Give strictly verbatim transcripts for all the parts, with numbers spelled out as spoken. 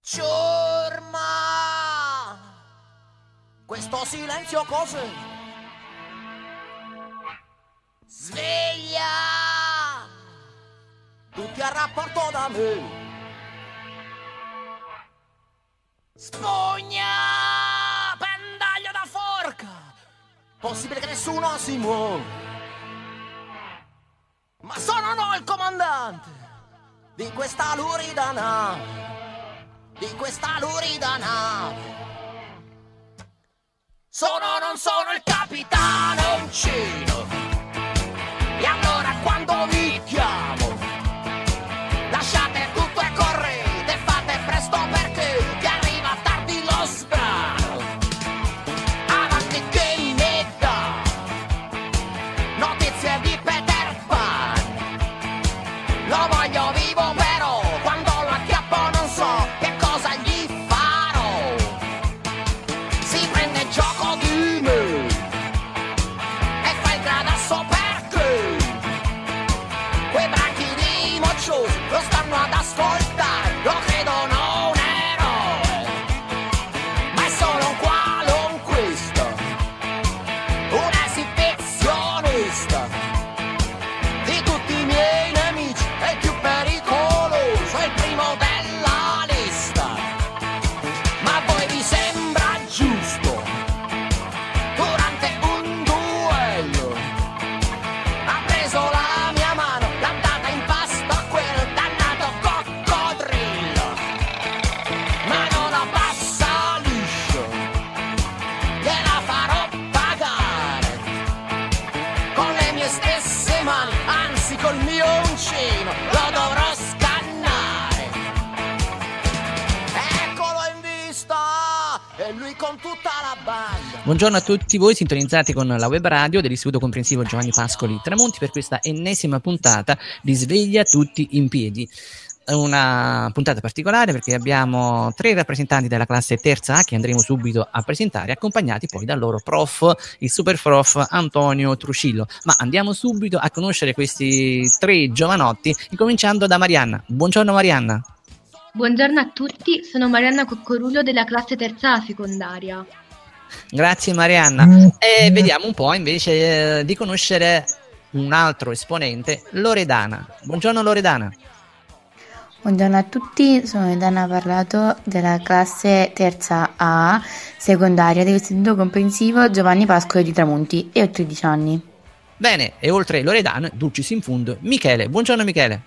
Ciurma, questo silenzio cos'è? Sveglia, tutti a rapporto da me. Spugna, pendaglio da forca, possibile che nessuno si muova. Ma sono no il comandante di questa lurida nave, di questa lurida nave. Sono o non sono il capitano uncino, e allora quando vi chiamo lasciate tutto e correte, fate presto perché vi arriva tardi lo sbrano. Avanti che ne dà notizie di Peter Pan, lo voglio vivo però quando lo acchiappo non so che cosa gli farò. Si prende gioco di me e fa il gradasso perché quei branchi di mocciosi lo stanno ad ascoltare, lo credono un eroe, ma è solo un qualunquista, un esibizionista. Di tutti i miei nemici è il più pericoloso, è il primo della lista. Ma a voi vi sembra giusto, durante un duello ha preso la mia mano, l'ha data in pasto a quel dannato coccodrillo, ma non la passa liscio, gliela farò pagare con le mie stesse mani, anzi col mio uncino lo dovrò scannare. Eccolo in vista, e lui con tutta la banda. Buongiorno a tutti voi sintonizzati con la web radio dell'Istituto Comprensivo Giovanni Pascoli Tramonti per questa ennesima puntata di Sveglia tutti in piedi. Una puntata particolare perché abbiamo tre rappresentanti della classe terza A che andremo subito a presentare, accompagnati poi dal loro prof, il super prof Antonio Truscillo. Ma andiamo subito a conoscere questi tre giovanotti, incominciando da Marianna. Buongiorno Marianna. Buongiorno a tutti, sono Marianna Coccorullo della classe terza A secondaria. Grazie Marianna. E vediamo un po' invece eh, di conoscere un altro esponente, Loredana. Buongiorno Loredana. Buongiorno a tutti, sono Loredana Parlato della classe terza A secondaria dell'Istituto Comprensivo Giovanni Pascoli di Tramonti e ho tredici anni. Bene, e oltre Loredana, dulcis in fundo, Michele. Buongiorno Michele.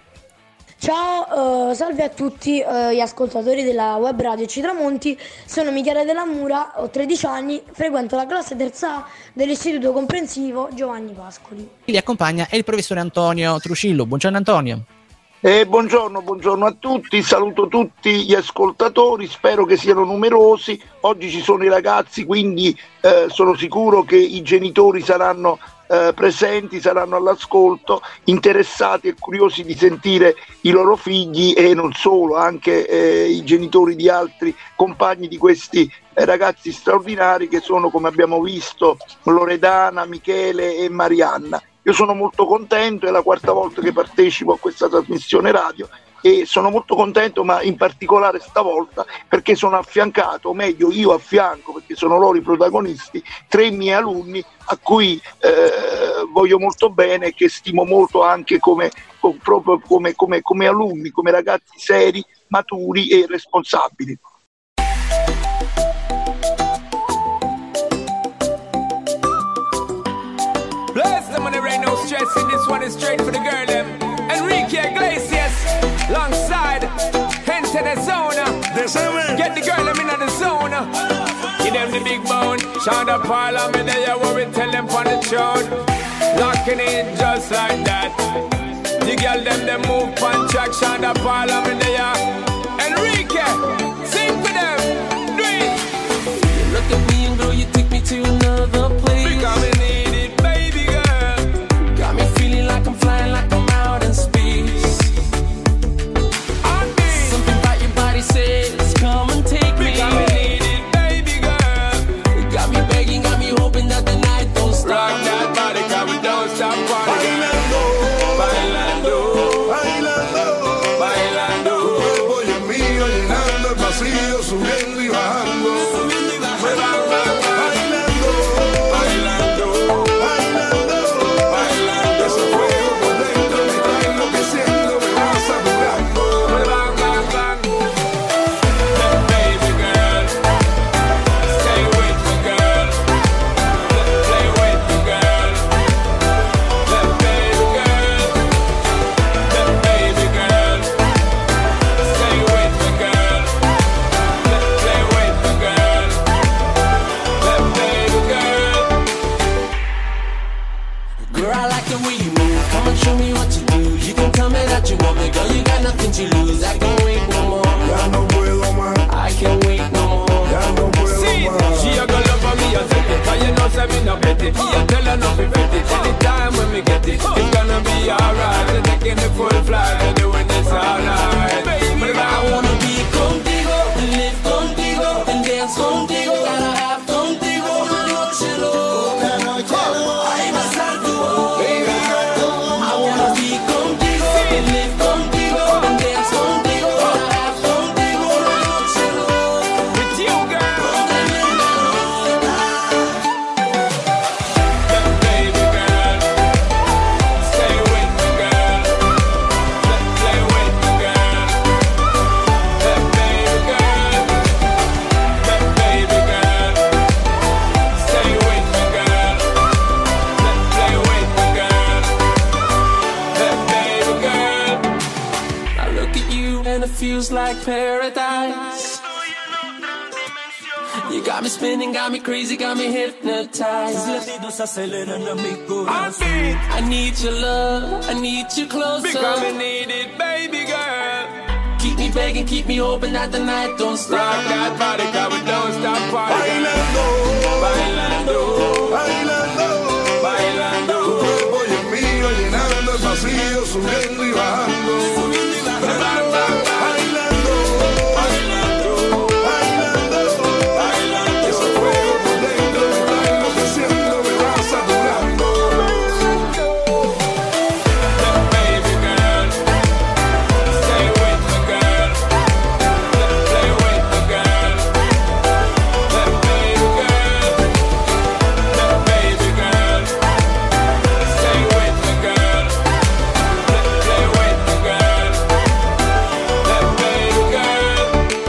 Ciao, uh, salve a tutti uh, gli ascoltatori della web radio C Tramonti, sono Michele Della Mura, ho tredici anni, frequento la classe terza A dell'Istituto Comprensivo Giovanni Pascoli. Li accompagna è il professore Antonio Truscillo. Buongiorno Antonio. Eh, buongiorno, buongiorno a tutti, saluto tutti gli ascoltatori, spero che siano numerosi. Oggi ci sono i ragazzi, quindi eh, sono sicuro che i genitori saranno eh, presenti, saranno all'ascolto, interessati e curiosi di sentire i loro figli e non solo, anche eh, i genitori di altri compagni di questi eh, ragazzi straordinari che sono, come abbiamo visto, Loredana, Michele e Marianna. Io sono molto contento, è la quarta volta che partecipo a questa trasmissione radio e sono molto contento, ma in particolare stavolta perché sono affiancato, o meglio io affianco, perché sono loro i protagonisti, tre miei alunni a cui eh, voglio molto bene e che stimo molto anche come, come, proprio come, come, come alunni, come ragazzi seri, maturi e responsabili. Bless them when there ain't no stressing. This one is straight for the girl them. Enrique Iglesias, alongside Enter the Zone. Get the girl them in the zone. Give them the big bone. Shout out Parliament, they are what we tell them on the throne. Locking in just like that. The girl them they move on track. Shout out Parliament, they are Enrique. Sing for them. Do it. You look at me and girl, you take me to another place. Becoming needed. Like I'm flying, like I'm out in space. Something about your body says, come and take me. Got me needed, baby girl. Got me begging, got me hoping that the night don't stop. Rock that body, cause we don't stop partying. Bailando, bailando, bailando, bailando. vacío, subiendo y bajando, bailando, bailando, bailando, bailando. Ese fuego por dentro me trae enloqueciendo, me va saturando. Baby girl, stay with me, girl. Play with me, girl. Baby girl, baby girl, stay with me, girl. Play with me, girl. Baby girl. Girl, I like the way you move. Come and show me what you do. You can tell me that you want me, girl. You got nothing to lose. I can't wait no more. Ya no puedo más, I can't wait no more. ya no puedo See, más. she a go love for me, I take it. Cause you know, say me no petty. Me a tell her not to bet it. Anytime when me get it, it's gonna be alright. We're taking the full flight, we're doing this all night. Baby, I wanna be contigo, live contigo, and dance contigo. Gotta have contigo una noche loca. Ay, besar tu boca. I wanna be contigo, live contigo, and dance contigo. Gotta have contigo una noche loca. with you, girl. Baby girl, stay with me, girl. Play with me, girl. Baby girl, baby girl, stay with me, girl. Play with me, girl. Baby girl. I look at you and it feels like paradise. You got me spinning, got me crazy, got me hypnotized. I'm big, I need your love, I need you closer. because me need it, baby girl. Keep me begging, keep me hoping that the night don't Rock stop. that body, cause we don't stop partying. Bailando, Bailando, bailando, bailando. tu cuerpo y el mío llenando el vacío, subiendo y bajando, bailando, bailando, bailando. Ese fuego por dentro me trae enloqueciendo, me va saturando. Baby girl, stay with me, girl. Play with me, girl. Baby girl, baby girl, stay with me, girl. Play with me, girl. Baby girl.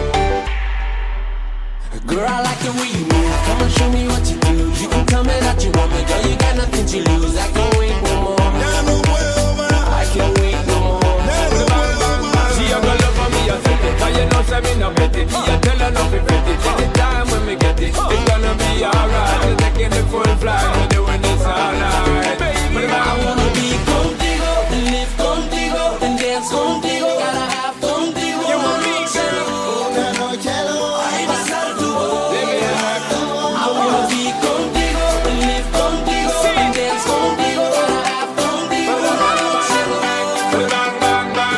Girl, I like the way you move. Come and show me what you do. You can tell me that you want me, girl. You got nothing to lose. I can't wait no more. Ya no puedo más, I can't wait no more. ya no puedo más. She a go love for me, I take it. Cause you know, say me no bet it. Me a tell her not to bet it. Anytime when me get it, it's gonna be alright. We're taking the full flight, we're doing this all night. Baby, I wanna be contigo, live contigo, and dance contigo. Gotta have contigo. you want me, girl. Ay, besar tu boca. I wanna be contigo, live contigo, and dance contigo. Gotta have contigo. Bang, bang, bang.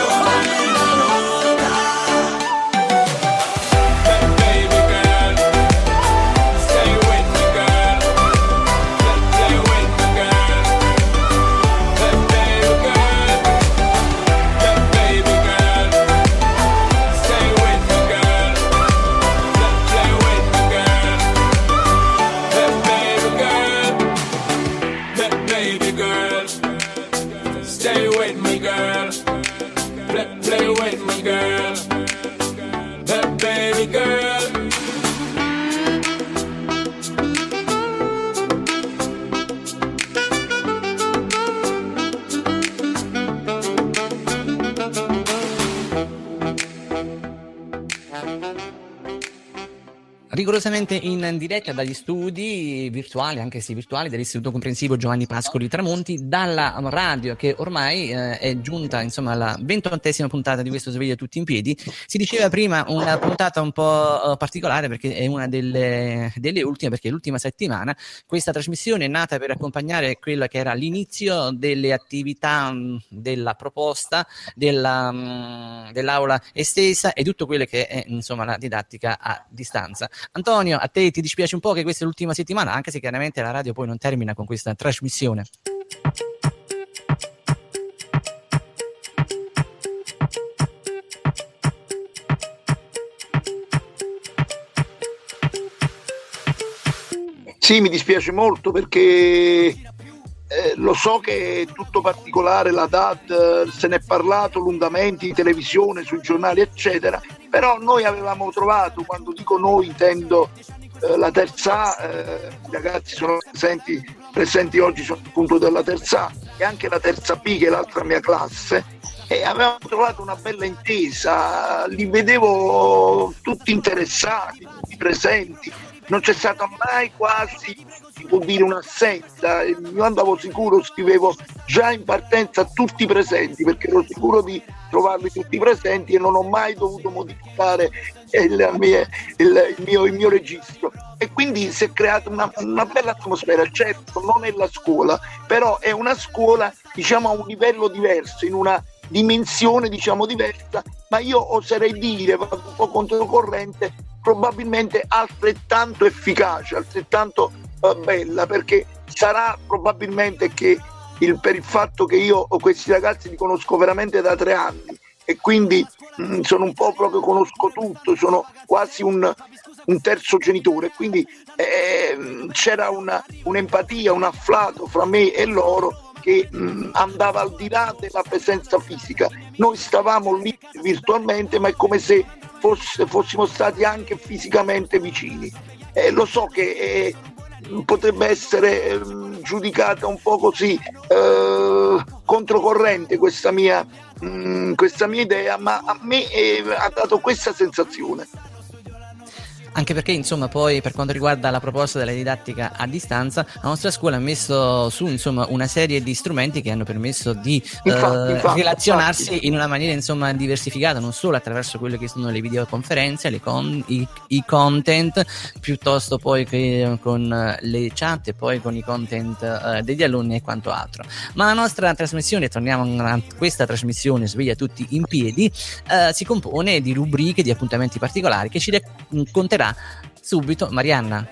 Baby girl, stay with me, girl. Play with me, girl. Baby girl, baby girl, stay with me, girl. Play with me, girl. Baby girl, baby girl, stay with me, girl. Play, play with me, girl. Baby girl. Rigorosamente in diretta dagli studi virtuali, anche se virtuali, dell'Istituto Comprensivo Giovanni Pascoli Tramonti, dalla radio che ormai eh, è giunta insomma alla ventottesima puntata di questo Sveglia Tutti in Piedi. Si diceva prima una puntata un po' uh, particolare perché è una delle, delle ultime, perché è l'ultima settimana. Questa trasmissione è nata per accompagnare quello che era l'inizio delle attività mh, della proposta, della, mh, dell'aula estesa e tutto quello che è insomma la didattica a distanza. Antonio, a te ti dispiace un po' che questa è l'ultima settimana, anche se chiaramente la radio poi non termina con questa trasmissione. Sì, mi dispiace molto perché eh, lo so che è tutto particolare, la D A D, se ne è parlato lungamente in televisione, sui giornali eccetera, però noi avevamo trovato, quando dico noi intendo eh, la terza A, eh, i ragazzi sono presenti, presenti oggi sono appunto della terza A e anche la terza B che è l'altra mia classe, e avevamo trovato una bella intesa, li vedevo tutti interessati, tutti presenti. Non c'è stata mai quasi, si può dire, un'assenza. Io andavo sicuro, scrivevo già in partenza tutti presenti, perché ero sicuro di trovarli tutti presenti e non ho mai dovuto modificare il, mie, il, il, mio, il mio registro. E quindi si è creata una, una bella atmosfera. Certo, non è la scuola, però è una scuola, diciamo, a un livello diverso, in una dimensione, diciamo, diversa, ma io oserei dire, vado un po' controcorrente, probabilmente altrettanto efficace, altrettanto uh, bella, perché sarà probabilmente che il, per il fatto che io ho questi ragazzi li conosco veramente da tre anni e quindi mh, sono un po' proprio, conosco tutto, sono quasi un, un terzo genitore, quindi eh, c'era una, un'empatia, un afflato fra me e loro che mh, andava al di là della presenza fisica. Noi stavamo lì virtualmente, ma è come se fosse, fossimo stati anche fisicamente vicini. Eh, lo so che eh, potrebbe essere eh, giudicata un po' così eh, controcorrente questa mia, mh, questa mia idea, ma a me eh, ha dato questa sensazione. Anche perché, insomma, poi per quanto riguarda la proposta della didattica a distanza, la nostra scuola ha messo su, insomma, una serie di strumenti che hanno permesso di infatti, eh, infatti, relazionarsi infatti. in una maniera, insomma, diversificata, non solo attraverso quelle che sono le videoconferenze, le con, i, i content, piuttosto poi che con le chat e poi con i content eh, degli alunni e quanto altro. Ma la nostra trasmissione, torniamo a questa trasmissione Sveglia tutti in piedi, eh, si compone di rubriche, di appuntamenti particolari che ci racconterà subito Marianna.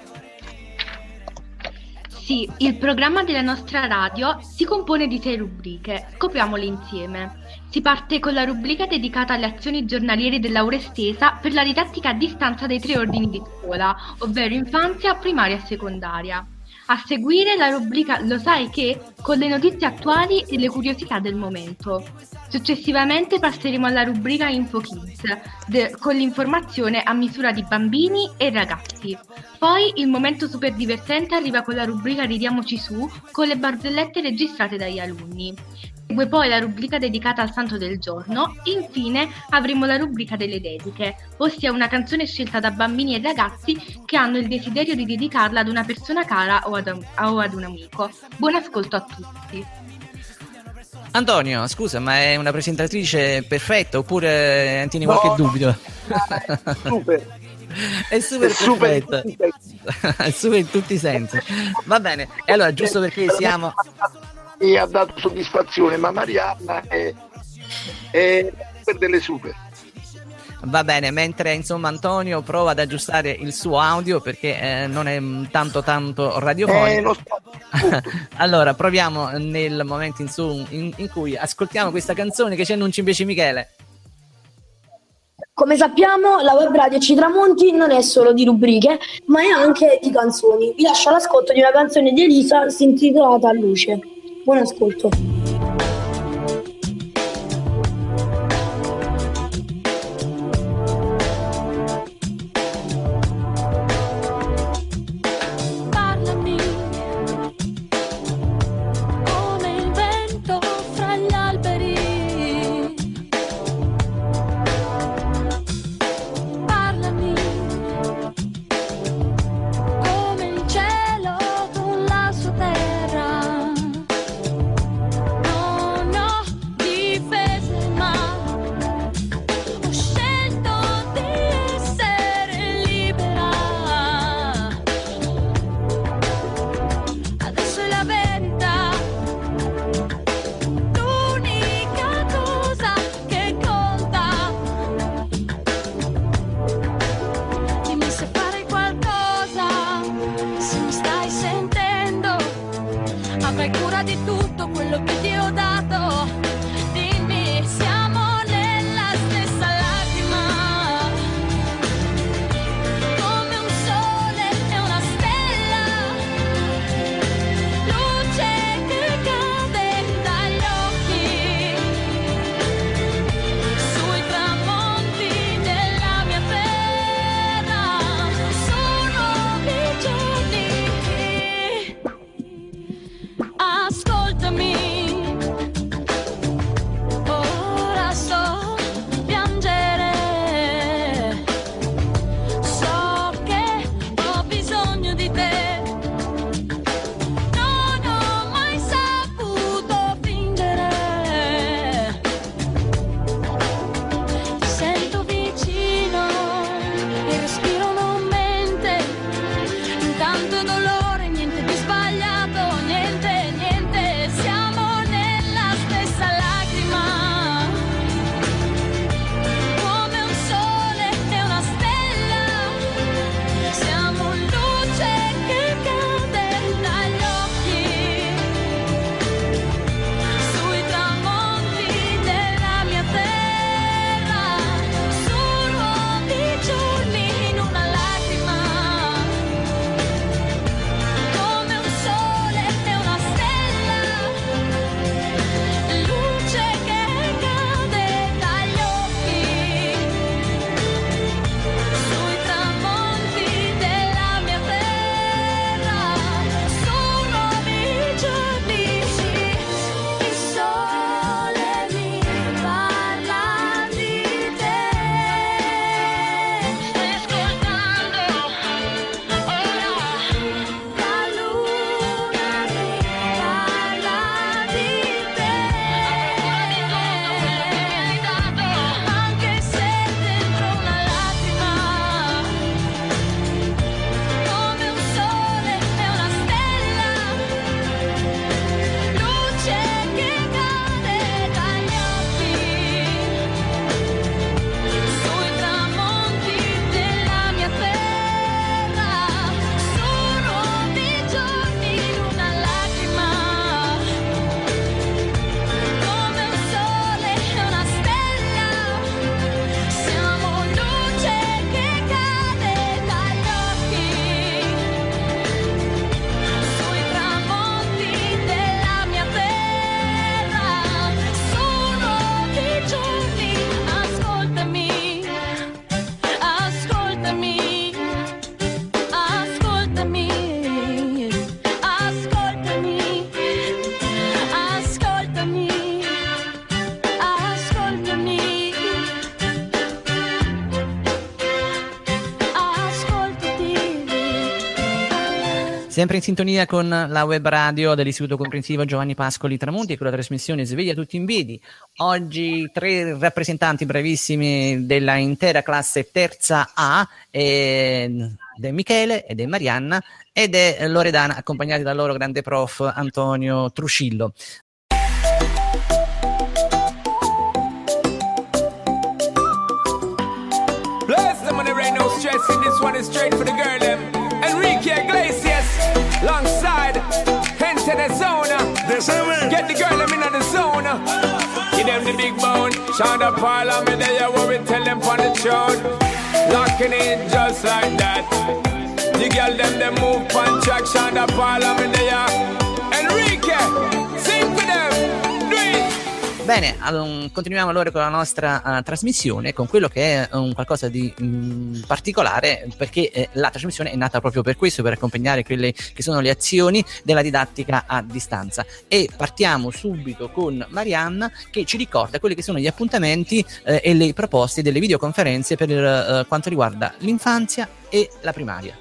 Sì, il programma della nostra radio si compone di sei rubriche, scopriamole insieme. Si parte con la rubrica dedicata alle azioni giornaliere dell'aula estesa per la didattica a distanza dei tre ordini di scuola, ovvero infanzia, primaria e secondaria. A seguire la rubrica Lo sai che? Con le notizie attuali e le curiosità del momento. Successivamente passeremo alla rubrica Info Kids, de- con l'informazione a misura di bambini e ragazzi. Poi il momento super divertente arriva con la rubrica Ridiamoci su, con le barzellette registrate dagli alunni. Segue poi la rubrica dedicata al santo del giorno e infine avremo la rubrica delle dediche, ossia una canzone scelta da bambini e ragazzi che hanno il desiderio di dedicarla ad una persona cara o ad un, o ad un amico. Buon ascolto a tutti. Antonio, scusa, ma è una presentatrice perfetta oppure tieni qualche no, dubito? Super. È super è super perfetta. È super in tutti i sensi. Va bene, e allora giusto perché siamo... mi ha dato soddisfazione, ma Marianna è, è per delle super. Va bene, mentre insomma Antonio prova ad aggiustare il suo audio perché eh, non è tanto tanto radiofonico. Eh, lo so. Allora proviamo nel momento in, su, in, in cui ascoltiamo questa canzone che ci annuncia invece Michele. Come sappiamo, la web radio Ci Tramonti non è solo di rubriche, ma è anche di canzoni. Vi lascio l'ascolto di una canzone di Elisa intitolata Luce. Buon ascolto. Parlami come il vento fra gli alberi. Parlami come il cielo con la sua terra. Sempre in sintonia con la web radio dell'Istituto Comprensivo Giovanni Pascoli Tramonti e con la trasmissione Sveglia tutti in piedi. Oggi tre rappresentanti bravissimi della intera classe terza A, ed è Michele, ed è Marianna, ed è Loredana, accompagnati dal loro grande prof Antonio Truscillo. Bless them when there ain't no stressing. This one is straight for the girl them. Enrique Iglesias, alongside Gente de Zona. Get the girl them in the zona. Give them the big bone. Shout out Parliament, they are what we tell them on the throne. Locking in just like that. The girl them they move on track. Shout out Parliament, they are Enrique. Sing for them. Do it. Bene, um, continuiamo allora con la nostra uh, trasmissione, con quello che è un qualcosa di um, particolare, perché eh, la trasmissione è nata proprio per questo, per accompagnare quelle che sono le azioni della didattica a distanza. E partiamo subito con Marianna, che ci ricorda quelli che sono gli appuntamenti eh, e le proposte delle videoconferenze per eh, quanto riguarda l'infanzia e la primaria.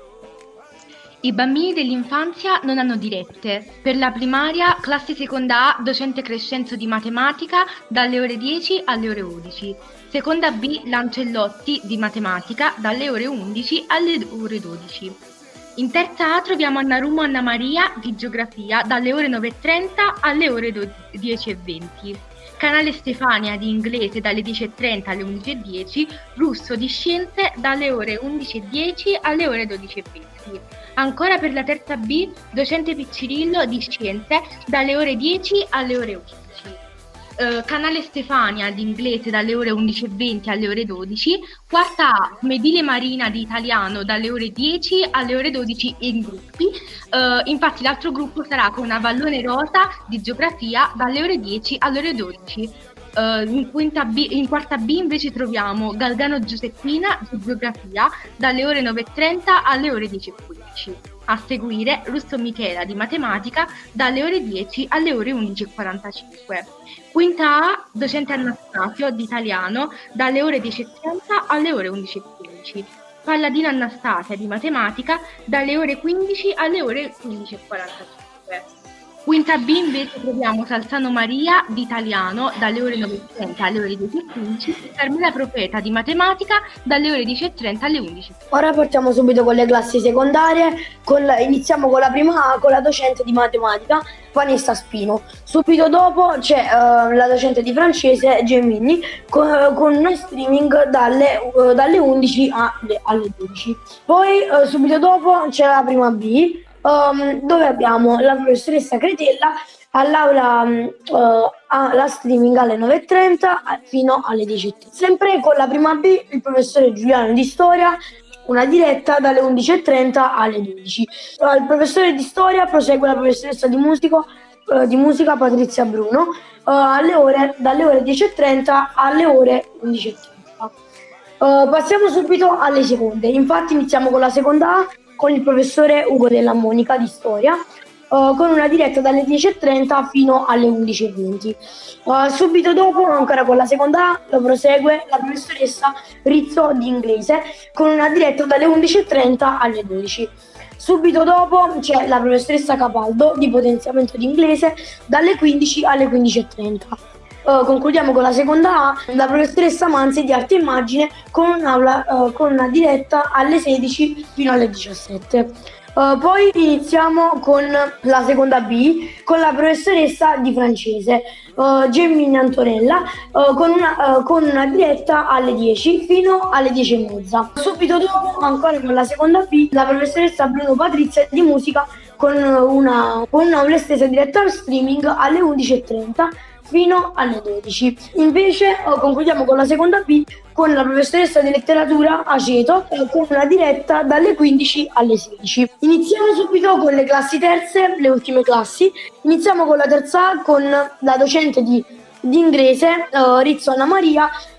I bambini dell'infanzia non hanno dirette. Per la primaria, classe seconda A, docente Crescenzo di matematica, dalle ore dieci alle ore undici. Seconda B, Lancellotti di matematica, dalle ore undici alle ore dodici. In terza A troviamo Annarumo Anna Maria di geografia, dalle ore nove e trenta alle ore dieci e venti. Canale Stefania di inglese dalle dieci e trenta alle undici e dieci, Russo di scienze dalle ore undici e dieci alle ore dodici e venti. Ancora per la terza B, docente Piccirillo di scienze dalle ore dieci alle ore undici. Uh, Canale Stefania di inglese dalle ore undici e venti alle ore dodici. Quarta A, Medile Marina di italiano dalle ore dieci alle ore dodici in gruppi. Uh, infatti l'altro gruppo sarà con Avallone Rosa di geografia dalle ore dieci alle ore dodici. Uh, in, quinta B, in quarta B invece troviamo Galgano Giuseppina di geografia dalle ore nove e trenta alle ore dieci e quindici. A seguire Russo Michela di matematica dalle ore dieci alle ore undici e quarantacinque. Quinta A, docente Anastasio di italiano dalle ore dieci e trenta alle ore undici e quindici. Palladino Anastasia di matematica dalle ore quindici alle ore quindici e quarantacinque. Quinta B invece troviamo Salzano Maria di italiano dalle ore nove e trenta alle ore dieci e quindici e Carmela Profeta di matematica dalle ore dieci e trenta alle undici. Ora partiamo subito con le classi secondarie, con la, iniziamo con la prima A con la docente di matematica Vanessa Spino. Subito dopo c'è uh, la docente di francese Gemini con, con uno streaming dalle, uh, dalle undici alle, alle dodici. Poi uh, subito dopo c'è la prima B, Um, dove abbiamo la professoressa Cretella all'aula um, uh, alla streaming alle nove e trenta fino alle dieci e trenta. Sempre con la prima B il professore Giuliano di storia, una diretta dalle undici e trenta alle dodici. Uh, il professore di storia prosegue la professoressa di, musico, uh, di musica Patrizia Bruno uh, alle ore, dalle ore dieci e trenta alle ore undici e trenta. Uh, passiamo subito alle seconde. Infatti iniziamo con la seconda A con il professore Ugo Della Monica di storia, uh, con una diretta dalle dieci e trenta fino alle undici e venti. Uh, subito dopo, ancora con la seconda A, lo prosegue la professoressa Rizzo di inglese, con una diretta dalle undici e trenta alle dodici. Subito dopo c'è la professoressa Capaldo di potenziamento di inglese dalle quindici alle quindici e trenta. Uh, concludiamo con la seconda A, la professoressa Manzi di arte e immagine con, un'aula, uh, con una diretta alle sedici fino alle diciassette. Uh, poi iniziamo con la seconda B con la professoressa di francese uh, Gemini Antonella uh, con, una, uh, con una diretta alle dieci fino alle dieci e mezza. Subito dopo, ancora con la seconda B, la professoressa Bruno Patrizia di musica con una, con una estesa diretta al streaming alle undici e trenta fino alle dodici. Invece oh, concludiamo con la seconda B con la professoressa di letteratura Aceto eh, con una diretta dalle quindici alle sedici. Iniziamo subito con le classi terze, le ultime classi. Iniziamo con la terza A con la docente di, di inglese uh, Rizzo Anna Maria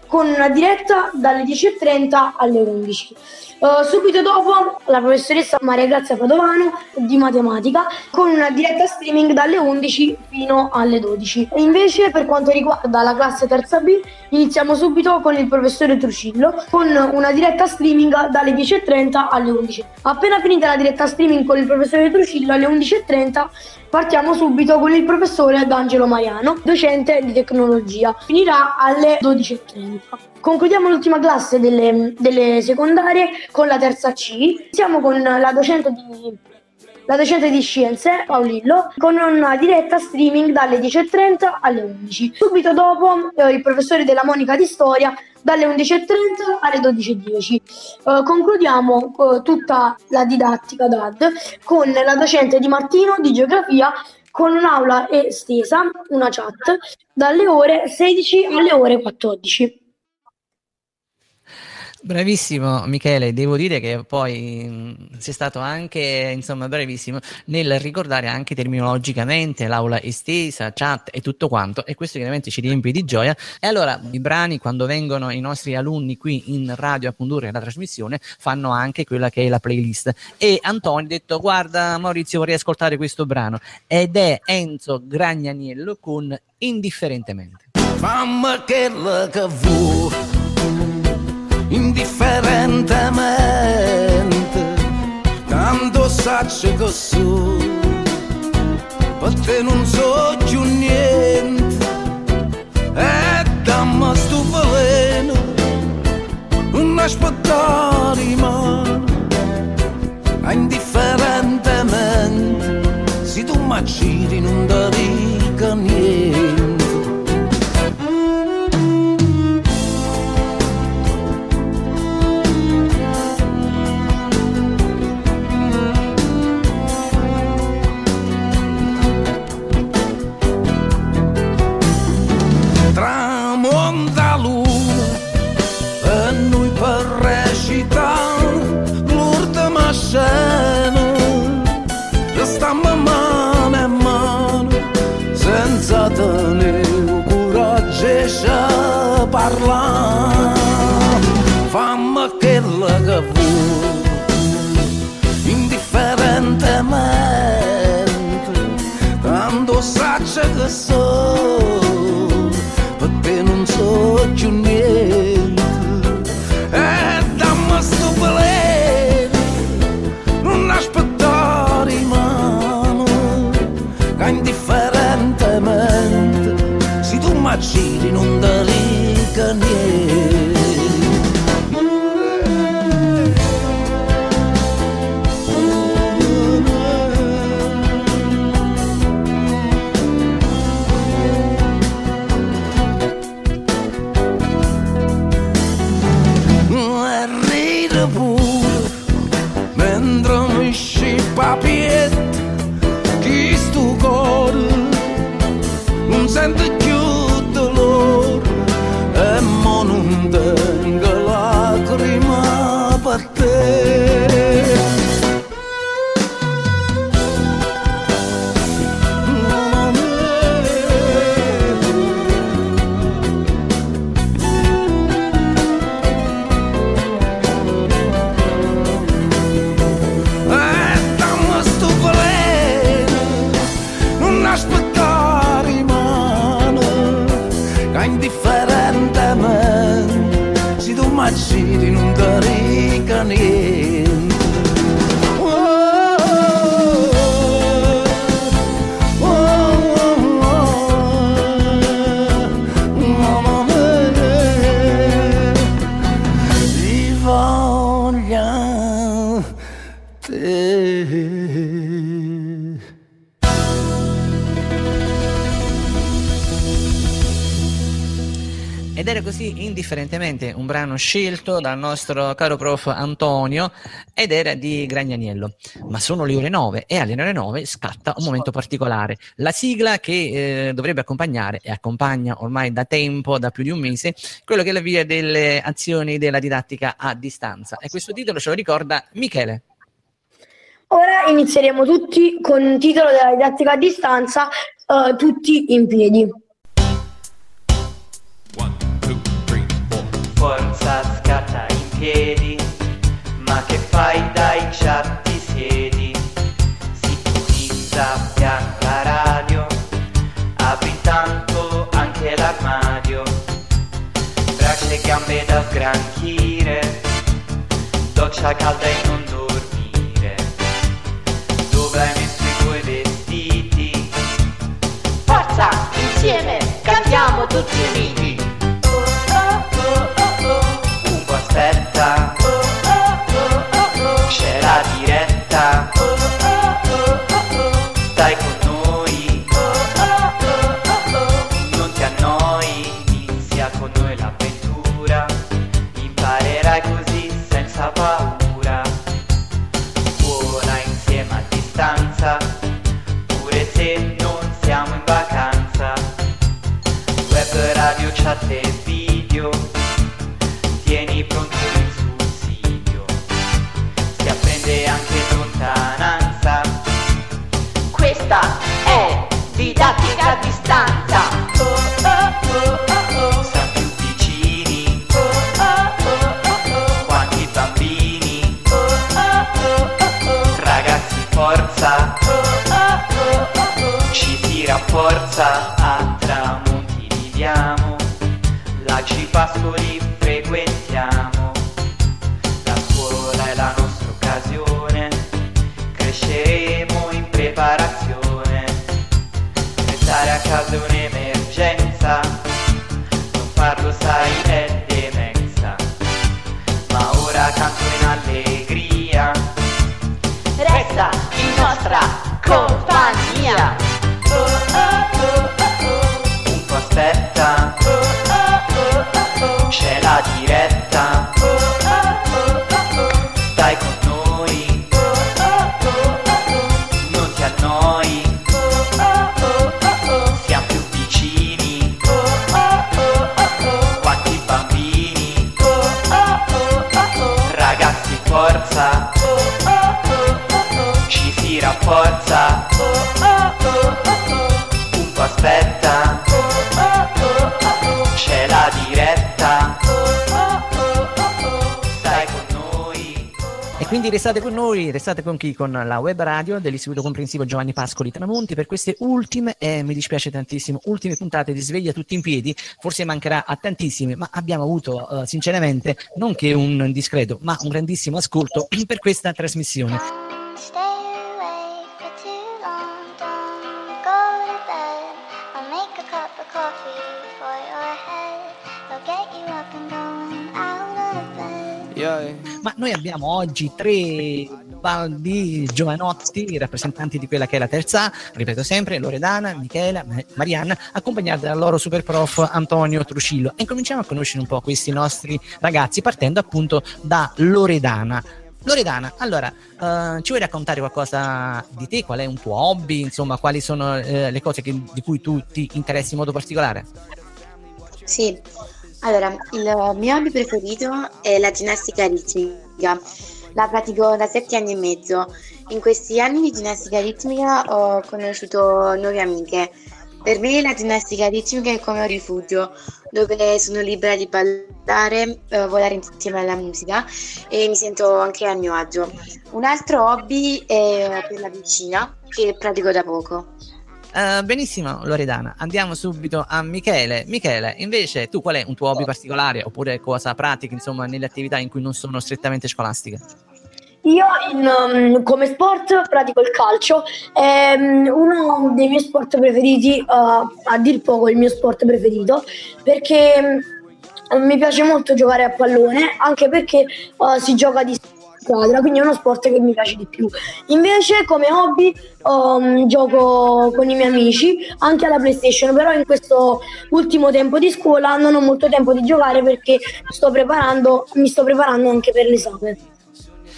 con una diretta dalle dieci e trenta alle undici. Uh, subito dopo la professoressa Maria Grazia Padovano di matematica con una diretta streaming dalle undici fino alle dodici. E invece per quanto riguarda la classe terza B iniziamo subito con il professore Trucillo con una diretta streaming dalle dieci e trenta alle undici. Appena finita la diretta streaming con il professore Trucillo alle undici e trenta partiamo subito con il professore D'Angelo Mariano, docente di tecnologia. Finirà alle dodici e trenta. Concludiamo l'ultima classe delle, delle secondarie con la terza C. Siamo con la docente di, la docente di scienze, Paolillo, con una diretta streaming dalle dieci e trenta alle undici. Subito dopo eh, il professore della Monica di storia dalle undici e trenta alle dodici e dieci. Eh, concludiamo eh, tutta la didattica D A D con la docente di Martino di geografia con un'aula estesa, una chat, dalle ore sedici alle ore quattordici. Bravissimo Michele, devo dire che poi mh, sei stato anche insomma bravissimo nel ricordare anche terminologicamente l'aula estesa, chat e tutto quanto, e questo chiaramente ci riempie di gioia. E allora i brani, quando vengono i nostri alunni qui in radio a condurre la trasmissione, fanno anche quella che è la playlist, e Antonio ha detto: guarda Maurizio, vorrei ascoltare questo brano, ed è Enzo Gragnaniello con Indifferentemente. Fammi quello che vuoi, indifferentemente, tanto saccio che so, per te non so più niente, e dammi sto veleno, non aspettare mano, indifferentemente, se tu mi giri non ti dico niente. Tramonta luna e noi per recitare l'ultima scena, restiamo mano a mano senza tenere coraggio di parlare. Fammi quello che vuoi, indifferentemente, tanto saccio che so, non so più niente, e dammi sto veleno, non aspettare mano, che indifferentemente, se tu mi giri non ti dico niente. Papietto, chi sto cuore non sente più dolore, e mo non tengo lacrima per te. Indifferentemente, se tu mi giri non ti dico niente. Oh, oh, oh, oh, mamma mia, ti voglio te. Ed era così Indifferentemente, un brano scelto dal nostro caro prof Antonio, ed era di Gragnaniello. Ma sono le ore nove e alle ore nove scatta un momento particolare. La sigla che eh, dovrebbe accompagnare, e accompagna ormai da tempo, da più di un mese, quello che è la via delle azioni della didattica a distanza. E questo titolo ce lo ricorda Michele. Ora inizieremo tutti con il titolo della didattica a distanza, uh, tutti in piedi. One, two, three, four. siedi, ma che fai dai chat ti siedi? Sintonizza piano la radio, apri intanto anche l'armadio, braccia e gambe da sgranchire, doccia calda e non dormire. Dove hai messo i tuoi vestiti? Forza, insieme, cantiamo tutti uniti. Un po' aspetta, c'è la diretta, stai con noi, non ti annoi, inizia con noi l'avventura, imparerai così senza paura, vola insieme a distanza, pure se non siamo in vacanza, web, radio, chat e video, tieni pronto il sussidio, si apprende anche in lontananza, Questa è didattica a distanza. siamo più vicini, quanti bambini, ragazzi forza, ci si rafforza, a tramonti viviamo, la Cipascoli frequentiamo, la scuola è la nostra occasione, cresceremo in preparazione, restare a casa è un'emergenza, non farlo sai è demenza, ma ora canto in allegria, Resta in nostra compagnia. un po' aspetta, c'è la diretta, stai con noi, non ti annoi, siamo più vicini, quanti bambini, ragazzi forza, ci si rafforza, un po' aspetta, c'è la diretta, stai con noi. E quindi restate con noi, restate con chi? Con la web radio dell'Istituto Comprensivo Giovanni Pascoli Tramonti per queste ultime, e mi dispiace tantissimo, ultime puntate di Sveglia tutti in piedi. Forse mancherà a tantissimi, ma abbiamo avuto uh, sinceramente non che un discreto, ma un grandissimo ascolto per questa trasmissione. Stay awake for too long, don't go to bed. I'll make a cup of coffee for your head. I'll get you up and going out of bed. Yeah. Ma noi abbiamo oggi tre baldi giovanotti, rappresentanti di quella che è la terza A, ripeto sempre, Loredana, Michela, Ma- Marianna, accompagnati dal loro super prof Antonio Trucillo. E cominciamo a conoscere un po' questi nostri ragazzi, partendo appunto da Loredana. Loredana, allora, eh, ci vuoi raccontare qualcosa di te? Qual è un tuo hobby? Insomma, quali sono eh, le cose che- di cui tu ti interessi in modo particolare? Sì, allora, il mio hobby preferito è la ginnastica ritmica. La pratico da sette anni e mezzo. In questi anni di ginnastica ritmica ho conosciuto nuove amiche. Per me la ginnastica ritmica è come un rifugio, dove sono libera di ballare, eh, volare insieme alla musica e mi sento anche a mio agio. Un altro hobby è per la piscina, che pratico da poco. Eh, benissimo Loredana, andiamo subito a Michele. Michele, invece tu qual è un tuo hobby particolare oppure cosa pratichi insomma nelle attività in cui non sono strettamente scolastiche? Io in, um, come sport pratico il calcio, è um, uno dei miei sport preferiti, uh, a dir poco il mio sport preferito, perché um, mi piace molto giocare a pallone, anche perché uh, si gioca di squadra, quindi è uno sport che mi piace di più. Invece come hobby um, gioco con i miei amici anche alla PlayStation, però in questo ultimo tempo di scuola non ho molto tempo di giocare perché sto preparando, mi sto preparando anche per l'esame.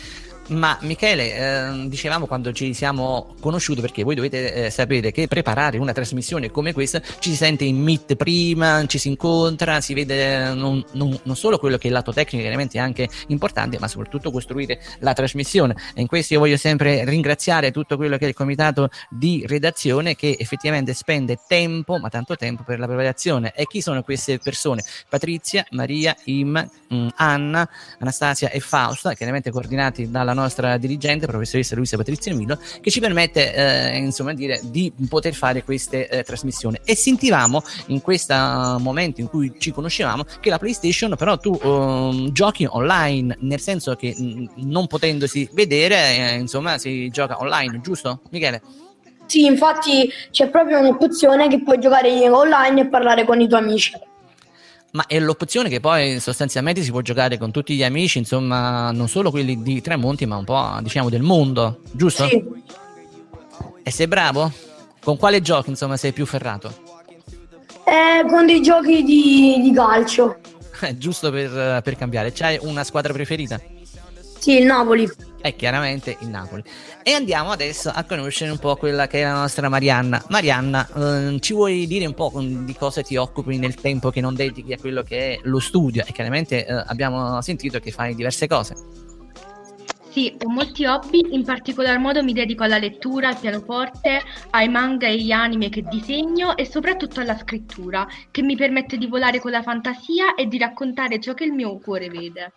Ma Michele, eh, dicevamo quando ci siamo conosciuti, perché voi dovete eh, sapere che preparare una trasmissione come questa ci si sente in meet prima, ci si incontra, si vede non, non, non solo quello che è il lato tecnico, chiaramente è anche importante, ma soprattutto costruire la trasmissione. E in questo io voglio sempre ringraziare tutto quello che è il comitato di redazione, che effettivamente spende tempo, ma tanto tempo, per la preparazione. E chi sono queste persone? Patrizia, Maria, Im, mh, Anna, Anastasia e Fausta, chiaramente coordinati dalla nostra dirigente, professoressa Luisa Patrizia Milo, che ci permette eh, insomma dire di poter fare queste eh, trasmissioni. E sentivamo in questo momento in cui ci conoscevamo che la PlayStation però tu um, giochi online, nel senso che mh, non potendosi vedere eh, insomma si gioca online, giusto Michele? Sì, infatti c'è proprio un'opzione che puoi giocare online e parlare con i tuoi amici. Ma è l'opzione che poi sostanzialmente si può giocare con tutti gli amici, insomma, non solo quelli di Tremonti, ma un po', diciamo, del mondo, giusto? Sì. E sei bravo? Con quale giochi, insomma, sei più ferrato? Eh, con dei giochi di, di calcio. Giusto per, per cambiare. C'hai una squadra preferita? Sì, il Napoli. È chiaramente il Napoli. E andiamo adesso a conoscere un po' quella che è la nostra Marianna. Marianna, ehm, ci vuoi dire un po' di cosa ti occupi nel tempo che non dedichi a quello che è lo studio? E chiaramente eh, abbiamo sentito che fai diverse cose. Sì, ho molti hobby, in particolar modo mi dedico alla lettura, al pianoforte, ai manga e agli anime che disegno e soprattutto alla scrittura, che mi permette di volare con la fantasia e di raccontare ciò che il mio cuore vede.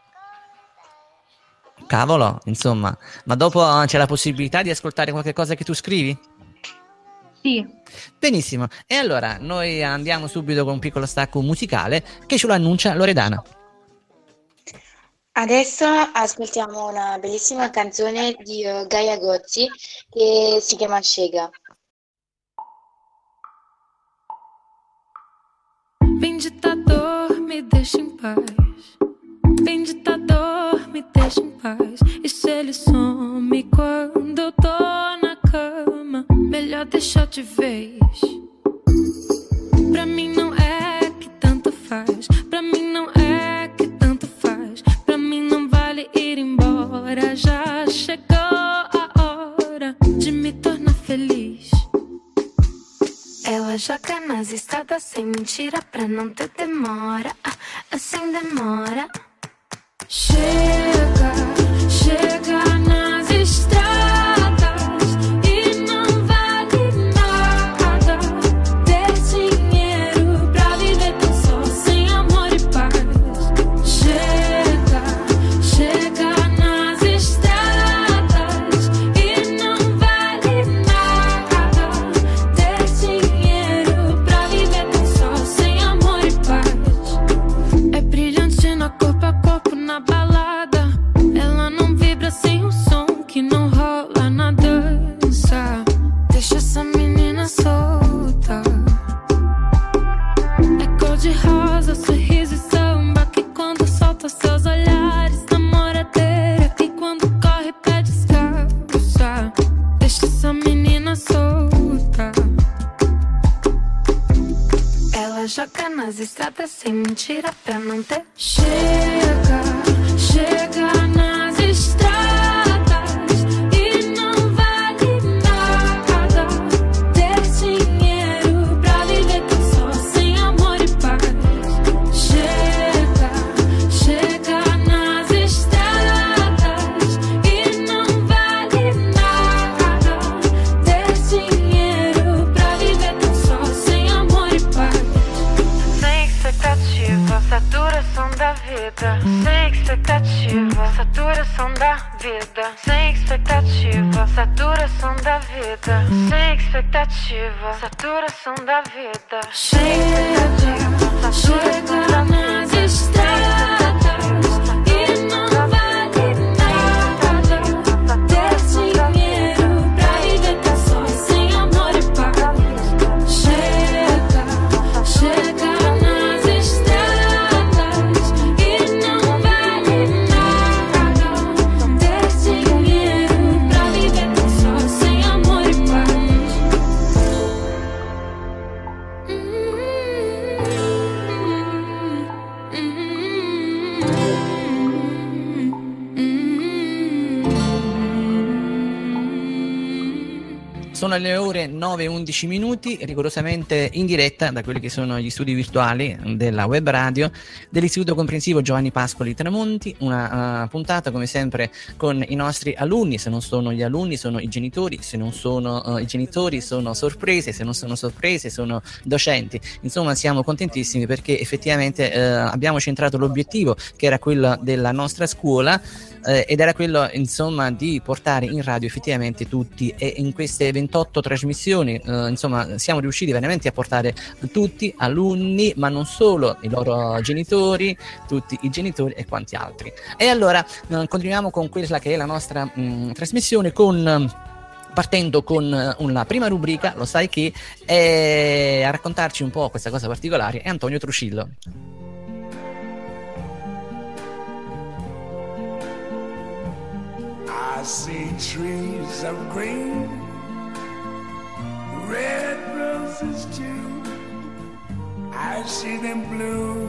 Cavolo, insomma, ma dopo c'è la possibilità di ascoltare qualche cosa che tu scrivi? Sì. Benissimo, e allora noi andiamo subito con un piccolo stacco musicale che ce lo annuncia Loredana. Adesso ascoltiamo una bellissima canzone di uh, Gaia Gozzi che si chiama Scega. Vem ditador, me deixa em paz. Vem ditador, me deixa em paz. E se ele some quando eu tô na cama, melhor deixar de vez. Pra mim não é que tanto faz. Pra mim não é que tanto faz. Pra mim não vale ir embora. Já chegou a hora de me tornar feliz. Ela joga nas estradas sem mentira pra não ter demora. Ah, sem demora. Chega, chega nas estradas e não vale nada ter dinheiro pra viver tão só, sem amor e paz. Chega, chega nas estradas e não vale nada ter dinheiro pra viver tão só, sem amor e paz. É brilhante na corpo a corpo na balada. Ela não vibra sem o som que não rola na dança. Deixa essa menina solta. É cor de rosa, sorriso e samba, que quando solta seus olhares, namoradeira, que quando corre pede escalça. Deixa essa menina solta. Ela joga nas estradas sem mentira pra não ter. Chega, chega nas estradas e não vale nada ter dinheiro pra viver tão só, sem amor e paz. Chega, chega nas estradas e não vale nada ter dinheiro pra viver tão só, sem amor e paz. Sem expectativa, saturação da vida. Sem expectativa, saturação da vida. Sem expectativa, saturação da vida. Sem expectativa, saturação da vida. Chega, chega nas estradas e não vale nada ter dinheiro pra viver tão só, sem amor e paz. Chega, chega nas estradas e não vale nada ter dinheiro pra viver tão só, sem amor e paz. Hum, hum, hum. sono le ore nove e undici minuti, rigorosamente in diretta da quelli che sono gli studi virtuali della web radio dell'Istituto Comprensivo Giovanni Pascoli Tramonti, una uh, puntata come sempre con i nostri alunni. Se non sono gli alunni sono i genitori, se non sono uh, i genitori sono sorprese, se non sono sorprese sono docenti. Insomma, siamo contentissimi perché effettivamente uh, abbiamo centrato l'obiettivo che era quello della nostra scuola eh, ed era quello insomma di portare in radio effettivamente tutti, e in queste ventotto trasmissioni eh, insomma siamo riusciti veramente a portare tutti, alunni ma non solo, i loro genitori, tutti i genitori e quanti altri. E allora eh, continuiamo con quella che è la nostra mh, trasmissione con partendo con una prima rubrica, lo sai che è a raccontarci un po' questa cosa particolare è Antonio Truscillo. I see trees of green, red roses too. I see them bloom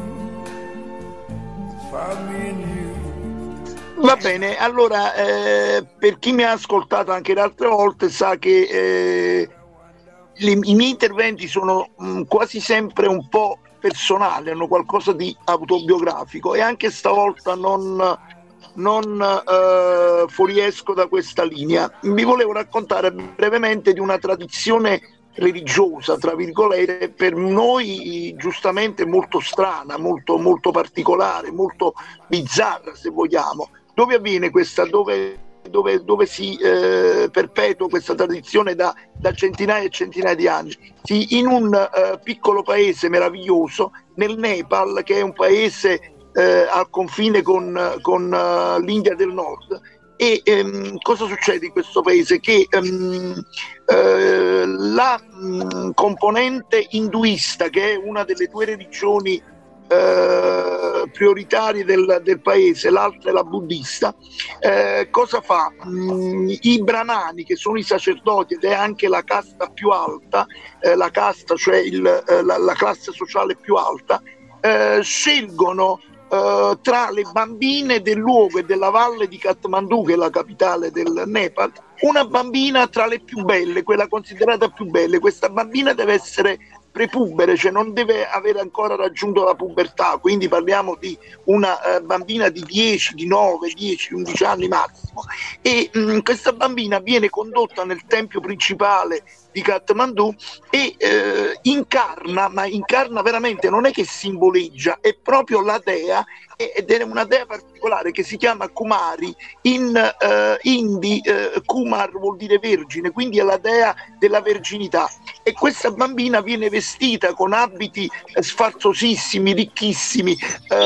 for me and you. Va bene, allora eh, per chi mi ha ascoltato anche le altre volte sa che eh, le, i miei interventi sono mh, quasi sempre un po' personali, hanno qualcosa di autobiografico, e anche stavolta non... non eh, fuoriesco da questa linea. Vi volevo raccontare brevemente di una tradizione religiosa, tra virgolette, per noi giustamente molto strana, molto, molto particolare, molto bizzarra se vogliamo. Dove avviene questa, dove, dove, dove si eh, perpetua questa tradizione da, da centinaia e centinaia di anni? Sì, in un eh, piccolo paese meraviglioso, nel Nepal, che è un paese Eh, al confine con, con uh, l'India del Nord. E ehm, cosa succede in questo paese? Che ehm, eh, la mh, componente induista, che è una delle due religioni eh, prioritarie del, del paese, l'altra è la buddista, eh, cosa fa? Mh, I brahmani, che sono i sacerdoti ed è anche la casta più alta, eh, la casta, cioè il, eh, la, la classe sociale più alta, eh, scelgono Uh, tra le bambine del luogo e della valle di Kathmandu, che è la capitale del Nepal, una bambina tra le più belle, quella considerata più bella. Questa bambina deve essere prepubere, cioè non deve aver ancora raggiunto la pubertà, quindi parliamo di una uh, bambina di dieci, di nove, dieci, undici anni massimo, e mh, questa bambina viene condotta nel tempio principale di Kathmandu e eh, incarna, ma incarna veramente, non è che simboleggia, è proprio la dea, ed è una dea particolare che si chiama Kumari. In eh, hindi eh, Kumar vuol dire vergine, quindi è la dea della verginità, e questa bambina viene vestita con abiti eh, sfarzosissimi, ricchissimi,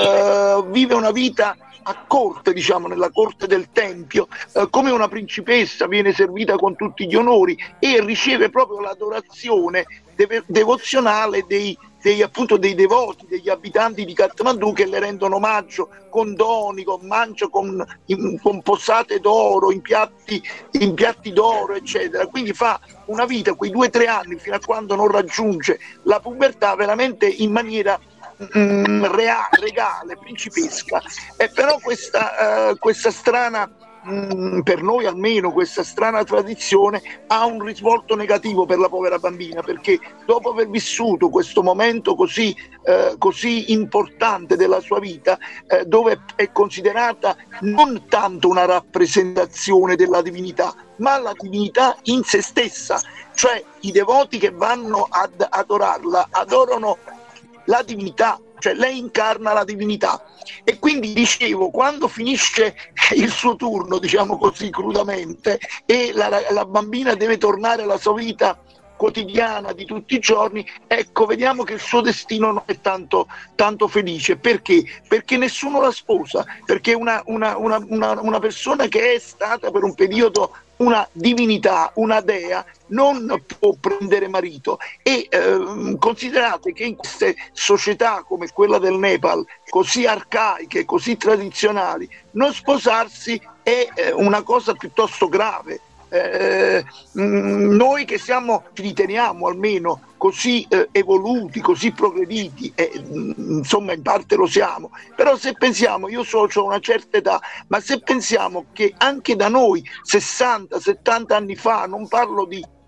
eh, vive una vita a corte, diciamo, nella corte del tempio, eh, come una principessa, viene servita con tutti gli onori e riceve proprio l'adorazione dev- devozionale dei, dei, appunto, dei devoti, degli abitanti di Kathmandu, che le rendono omaggio con doni, con mancio, con, in, con posate d'oro, in piatti, in piatti d'oro, eccetera. Quindi fa una vita, quei due o tre anni, fino a quando non raggiunge la pubertà, veramente in maniera Mm, reale, regale, principesca. E però questa, uh, questa strana, mm, per noi almeno, questa strana tradizione ha un risvolto negativo per la povera bambina, perché dopo aver vissuto questo momento così, uh, così importante della sua vita, uh, dove è considerata non tanto una rappresentazione della divinità, ma la divinità in se stessa, cioè i devoti che vanno ad adorarla adorano la divinità, cioè lei incarna la divinità. E quindi dicevo, quando finisce il suo turno, diciamo così crudamente, e la, la bambina deve tornare alla sua vita quotidiana di tutti i giorni, ecco, vediamo che il suo destino non è tanto, tanto felice. Perché? Perché nessuno la sposa, perché una, una, una, una, una persona che è stata per un periodo una divinità, una dea, non può prendere marito. E eh, considerate che in queste società come quella del Nepal, così arcaiche, così tradizionali, non sposarsi è eh, una cosa piuttosto grave. Eh, mh, noi che siamo, ci riteniamo almeno così eh, evoluti, così progrediti, eh, mh, insomma in parte lo siamo, però se pensiamo, io so, ho una certa età, ma se pensiamo che anche da noi sessanta settanta anni fa, non parlo di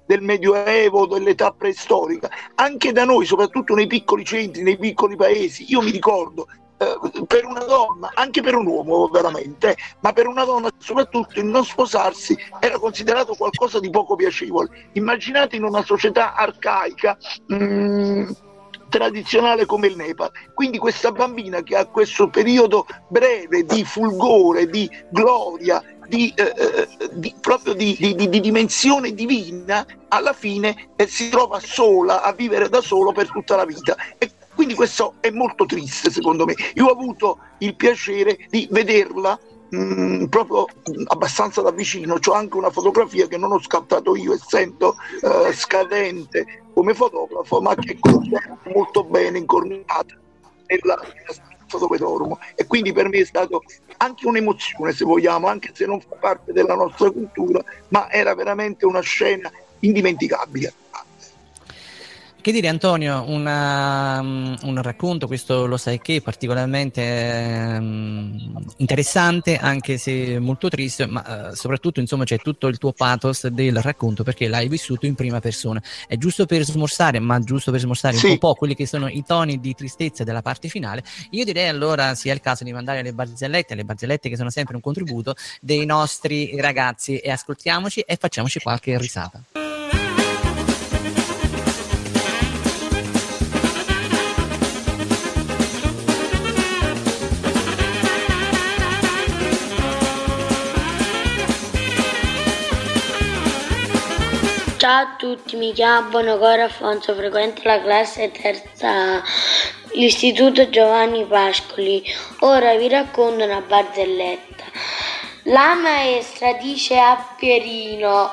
del Medioevo, dell'età preistorica. Anche da noi, soprattutto nei piccoli centri, nei piccoli paesi, io mi ricordo, eh, per una donna, anche per un uomo veramente, ma per una donna soprattutto, il non sposarsi era considerato qualcosa di poco piacevole. Immaginate in una società arcaica, mh, tradizionale come il Nepal. Quindi questa bambina che ha questo periodo breve di fulgore, di gloria, di, eh, di proprio di, di, di dimensione divina, alla fine eh, si trova sola, a vivere da solo per tutta la vita. E quindi questo è molto triste, secondo me. Io ho avuto il piacere di vederla mh, proprio mh, abbastanza da vicino. C'ho anche una fotografia che non ho scattato io, essendo eh, scadente come fotografo, ma che conservo molto bene incorniciata nella, nella stanza dove dormo. E quindi per me è stato anche un'emozione, se vogliamo, anche se non fa parte della nostra cultura, ma era veramente una scena indimenticabile. Che dire, Antonio, una, un racconto, questo lo sai che, particolarmente um, interessante, anche se molto triste, ma uh, soprattutto insomma c'è tutto il tuo pathos del racconto, perché l'hai vissuto in prima persona. È giusto per smorzare, ma giusto per smorzare sì. un po' quelli che sono i toni di tristezza della parte finale. Io direi allora sia il caso di mandare le barzellette, le barzellette che sono sempre un contributo dei nostri ragazzi, e ascoltiamoci e facciamoci qualche risata. Ciao a tutti, mi chiamo Bonocore Afonso, frequento la classe terza Istituto Giovanni Pascoli. Ora vi racconto una barzelletta. La maestra dice a Pierino: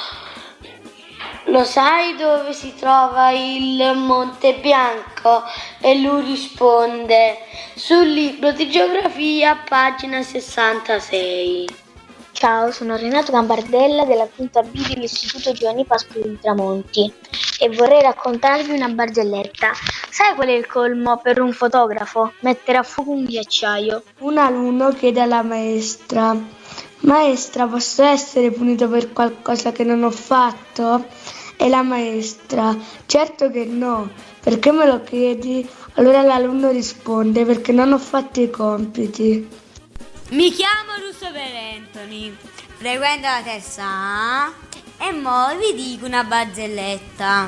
lo sai dove si trova il Monte Bianco? E lui risponde: sul libro di geografia, pagina sessantasei. Ciao, sono Renato Gambardella della quinta B dell'Istituto Giovanni Pascoli di Tramonti e vorrei raccontarvi una barzelletta. Sai qual è il colmo per un fotografo? Mettere a fuoco un ghiacciaio. Un alunno chiede alla maestra: maestra, posso essere punito per qualcosa che non ho fatto? E la maestra: certo che no. Perché me lo chiedi? Allora l'alunno risponde: perché non ho fatto i compiti. Mi chiamo Russo Perentoni, frequento la terza A e mo vi dico una barzelletta.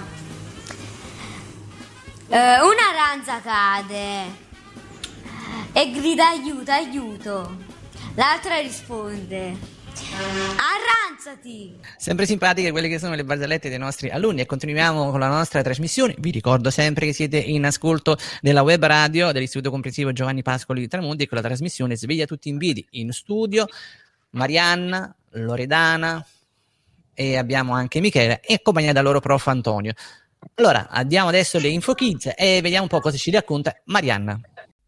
Eh, una ranza cade e grida aiuto, aiuto. L'altra risponde: arranzati! Sempre simpatiche quelle che sono le barzellette dei nostri alunni, e continuiamo con la nostra trasmissione. Vi ricordo sempre che siete in ascolto della web radio dell'Istituto Comprensivo Giovanni Pascoli di Tramonti e con la trasmissione Sveglia tutti in piedi. In studio Marianna, Loredana e abbiamo anche Michele, e accompagnata dal loro prof Antonio. Allora, andiamo adesso alle Info Kids e vediamo un po' cosa ci racconta Marianna.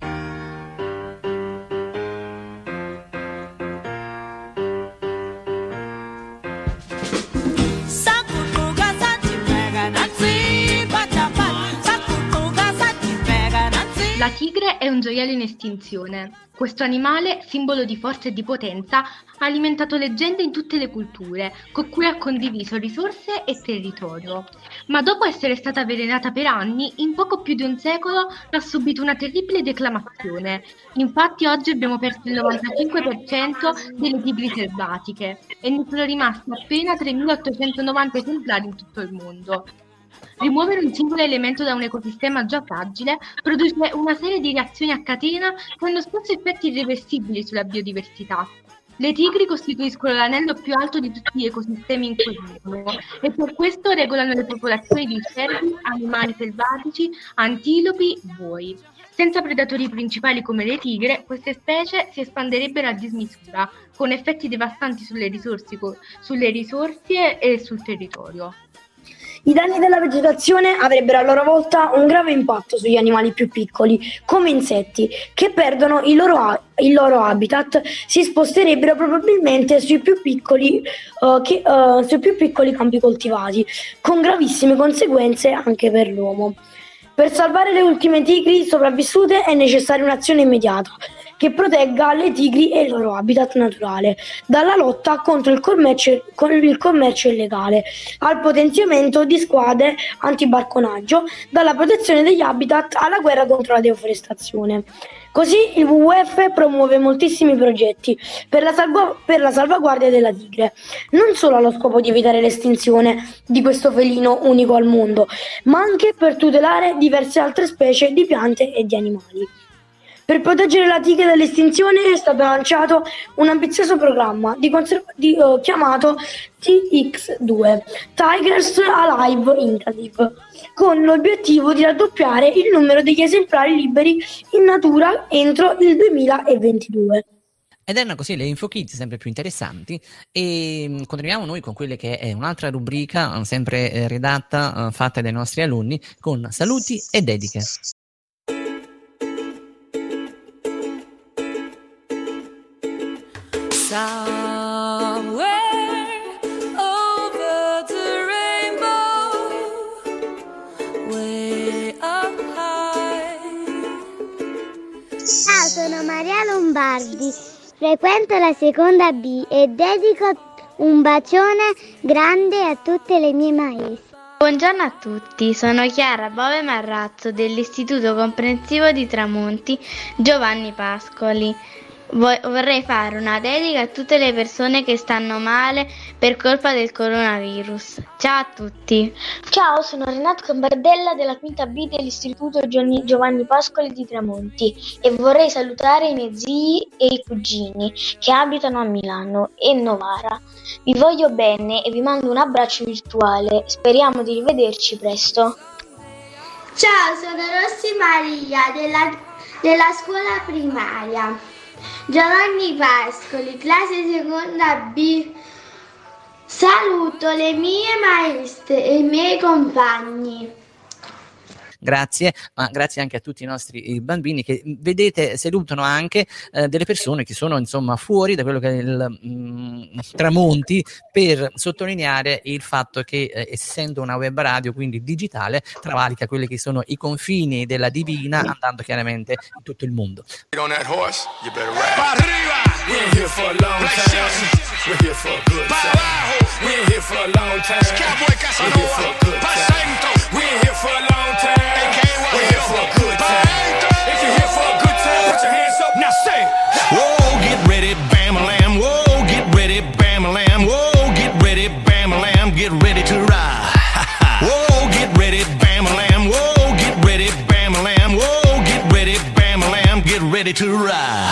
La tigre è un gioiello in estinzione. Questo animale, simbolo di forza e di potenza, ha alimentato leggende in tutte le culture, con cui ha condiviso risorse e territorio. Ma dopo essere stata avvelenata per anni, in poco più di un secolo ha subito una terribile declamazione. Infatti oggi abbiamo perso il novantacinque per cento delle tigri selvatiche e ne sono rimasti appena tremilaottocentonovanta esemplari in tutto il mondo. Rimuovere un singolo elemento da un ecosistema già fragile produce una serie di reazioni a catena che hanno spesso effetti irreversibili sulla biodiversità. Le tigri costituiscono l'anello più alto di tutti gli ecosistemi in cui vivono e per questo regolano le popolazioni di uccelli, animali selvatici, antilopi, buoi. Senza predatori principali come le tigre, queste specie si espanderebbero a dismisura, con effetti devastanti sulle risorse, sulle risorse e sul territorio. I danni della vegetazione avrebbero a loro volta un grave impatto sugli animali più piccoli, come insetti, che perdono il loro, il loro habitat, si sposterebbero probabilmente sui più piccoli, uh, che, uh, sui più piccoli campi coltivati, con gravissime conseguenze anche per l'uomo. Per salvare le ultime tigri sopravvissute è necessaria un'azione immediata. che protegga le tigri e il loro habitat naturale dalla lotta contro il commercio, con il commercio illegale, al potenziamento di squadre antibarconaggio, dalla protezione degli habitat alla guerra contro la deforestazione. Così il W W F promuove moltissimi progetti per la, salva- per la salvaguardia della tigre, non solo allo scopo di evitare l'estinzione di questo felino unico al mondo, ma anche per tutelare diverse altre specie di piante e di animali. Per proteggere la tigre dall'estinzione è stato lanciato un ambizioso programma di conserv- di, uh, chiamato T X due, Tigers Alive Initiative, con l'obiettivo di raddoppiare il numero degli esemplari liberi in natura entro il duemilaventidue. Ed erano così le Info Kids sempre più interessanti e mh, continuiamo noi con quelle che è un'altra rubrica sempre eh, redatta, eh, fatta dai nostri alunni con saluti e dediche. Somewhere over the rainbow, way up high. Ciao, sono Maria Lombardi, frequento la seconda B e dedico un bacione grande a tutte le mie maestre. Buongiorno a tutti, sono Chiara Bove Marrazzo dell'Istituto Comprensivo di Tramonti Giovanni Pascoli. Vorrei fare una dedica a tutte le persone che stanno male per colpa del coronavirus. Ciao a tutti. Ciao, sono Renato Gambardella della quinta B dell'Istituto Giovanni Pascoli di Tramonti e vorrei salutare i miei zii e i cugini che abitano a Milano e Novara. Vi voglio bene e vi mando un abbraccio virtuale. Speriamo di rivederci presto. Ciao, sono Rossi Maria della, della scuola primaria Giovanni Pascoli, classe seconda B. Saluto le mie maestre e i miei compagni. Grazie, ma grazie anche a tutti i nostri bambini che, vedete, salutano anche eh, delle persone che sono insomma fuori da quello che è il mh, Tramonti, per sottolineare il fatto che eh, essendo una web radio, quindi digitale, travalica quelli che sono i confini della divina, andando chiaramente in tutto il mondo. On that horse, you better ride. We ain't here for a long time. We're here for a good time. We ain't here for a long time. We're here for a good time. We ain't here for a long time. We're here for a good time. If you're here for a good time, put your hands up. Now say, whoa, get ready, bam-a-lam. Whoa, get ready, bam-a-lam. Whoa, get ready, bam-a-lam. Get ready to ride. Whoa, get ready, bam-a-lam. Whoa, get ready, bam-a-lam. Whoa, get ready, bam-a-lam. Get ready to ride.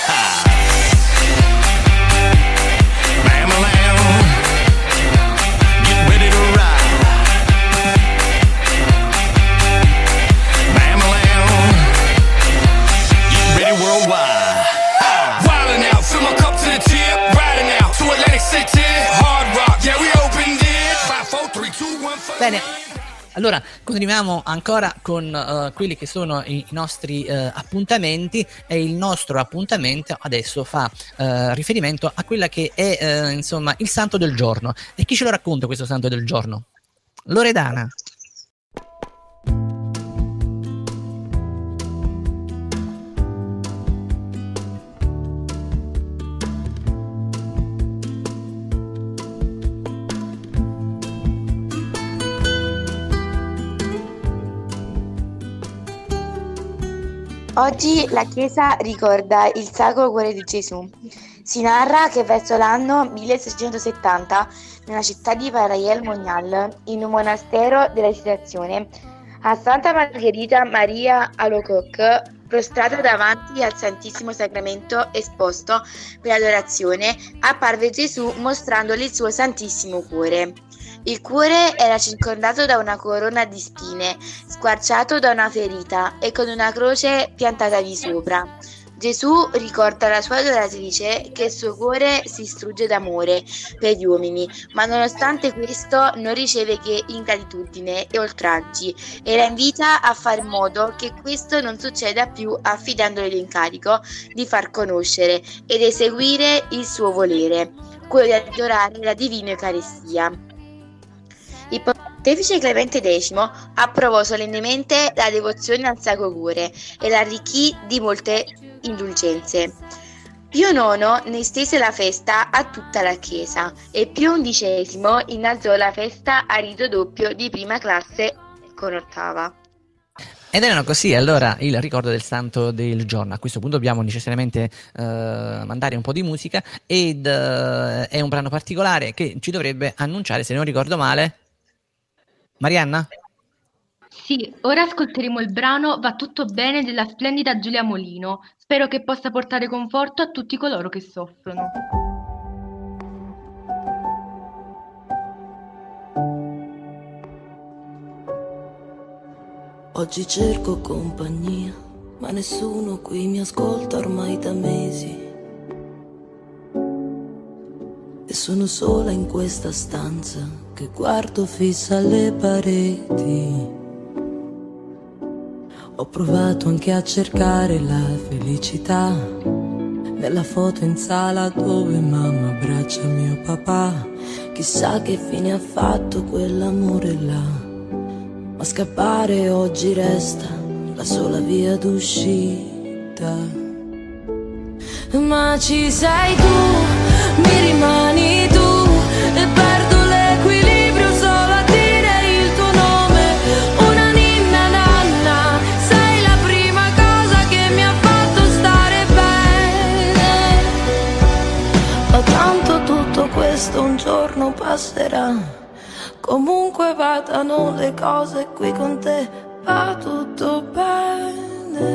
Bene, allora continuiamo ancora con uh, quelli che sono i nostri uh, appuntamenti, e il nostro appuntamento adesso fa uh, riferimento a quella che è uh, insomma il santo del giorno. E chi ce lo racconta questo santo del giorno? Loredana. Oggi la Chiesa ricorda il Sacro Cuore di Gesù. Si narra che verso l'anno milleseicentosessanta, nella città di Parayel-Monial, in un monastero della Visitazione, a Santa Margherita Maria Alacoque, prostrata davanti al Santissimo Sacramento esposto per adorazione, apparve Gesù mostrandole il suo Santissimo Cuore. Il cuore era circondato da una corona di spine, squarciato da una ferita e con una croce piantatavi sopra. Gesù ricorda alla sua adoratrice che il suo cuore si strugge d'amore per gli uomini, ma nonostante questo non riceve che ingratitudine e oltraggi, e la invita a fare in modo che questo non succeda più, affidandole l'incarico di far conoscere ed eseguire il suo volere, quello di adorare la Divina Eucaristia. Pontefice Clemente decimo approvò solennemente la devozione al Sacro Cuore e l'arricchì di molte indulgenze. Pio nono ne estese la festa a tutta la Chiesa e Pio undicesimo innalzò la festa a rito doppio di prima classe con ottava. Ed erano così allora il ricordo del santo del giorno. A questo punto dobbiamo necessariamente eh, mandare un po' di musica ed eh, è un brano particolare che ci dovrebbe annunciare, se non ricordo male, Marianna? Sì, ora ascolteremo il brano Va tutto bene della splendida Giulia Molino. Spero che possa portare conforto a tutti coloro che soffrono. Oggi cerco compagnia, ma nessuno qui mi ascolta ormai da mesi. E sono sola in questa stanza che guardo fissa alle pareti. Ho provato anche a cercare la felicità nella foto in sala dove mamma abbraccia mio papà. Chissà che fine ha fatto quell'amore là. Ma scappare oggi resta la sola via d'uscita. Ma ci sei tu, mi rimani tu, e perdo l'equilibrio solo a dire il tuo nome. Una ninna nanna, sei la prima cosa che mi ha fatto stare bene. Ma tanto tutto questo un giorno passerà. Comunque vadano le cose qui con te, va tutto bene.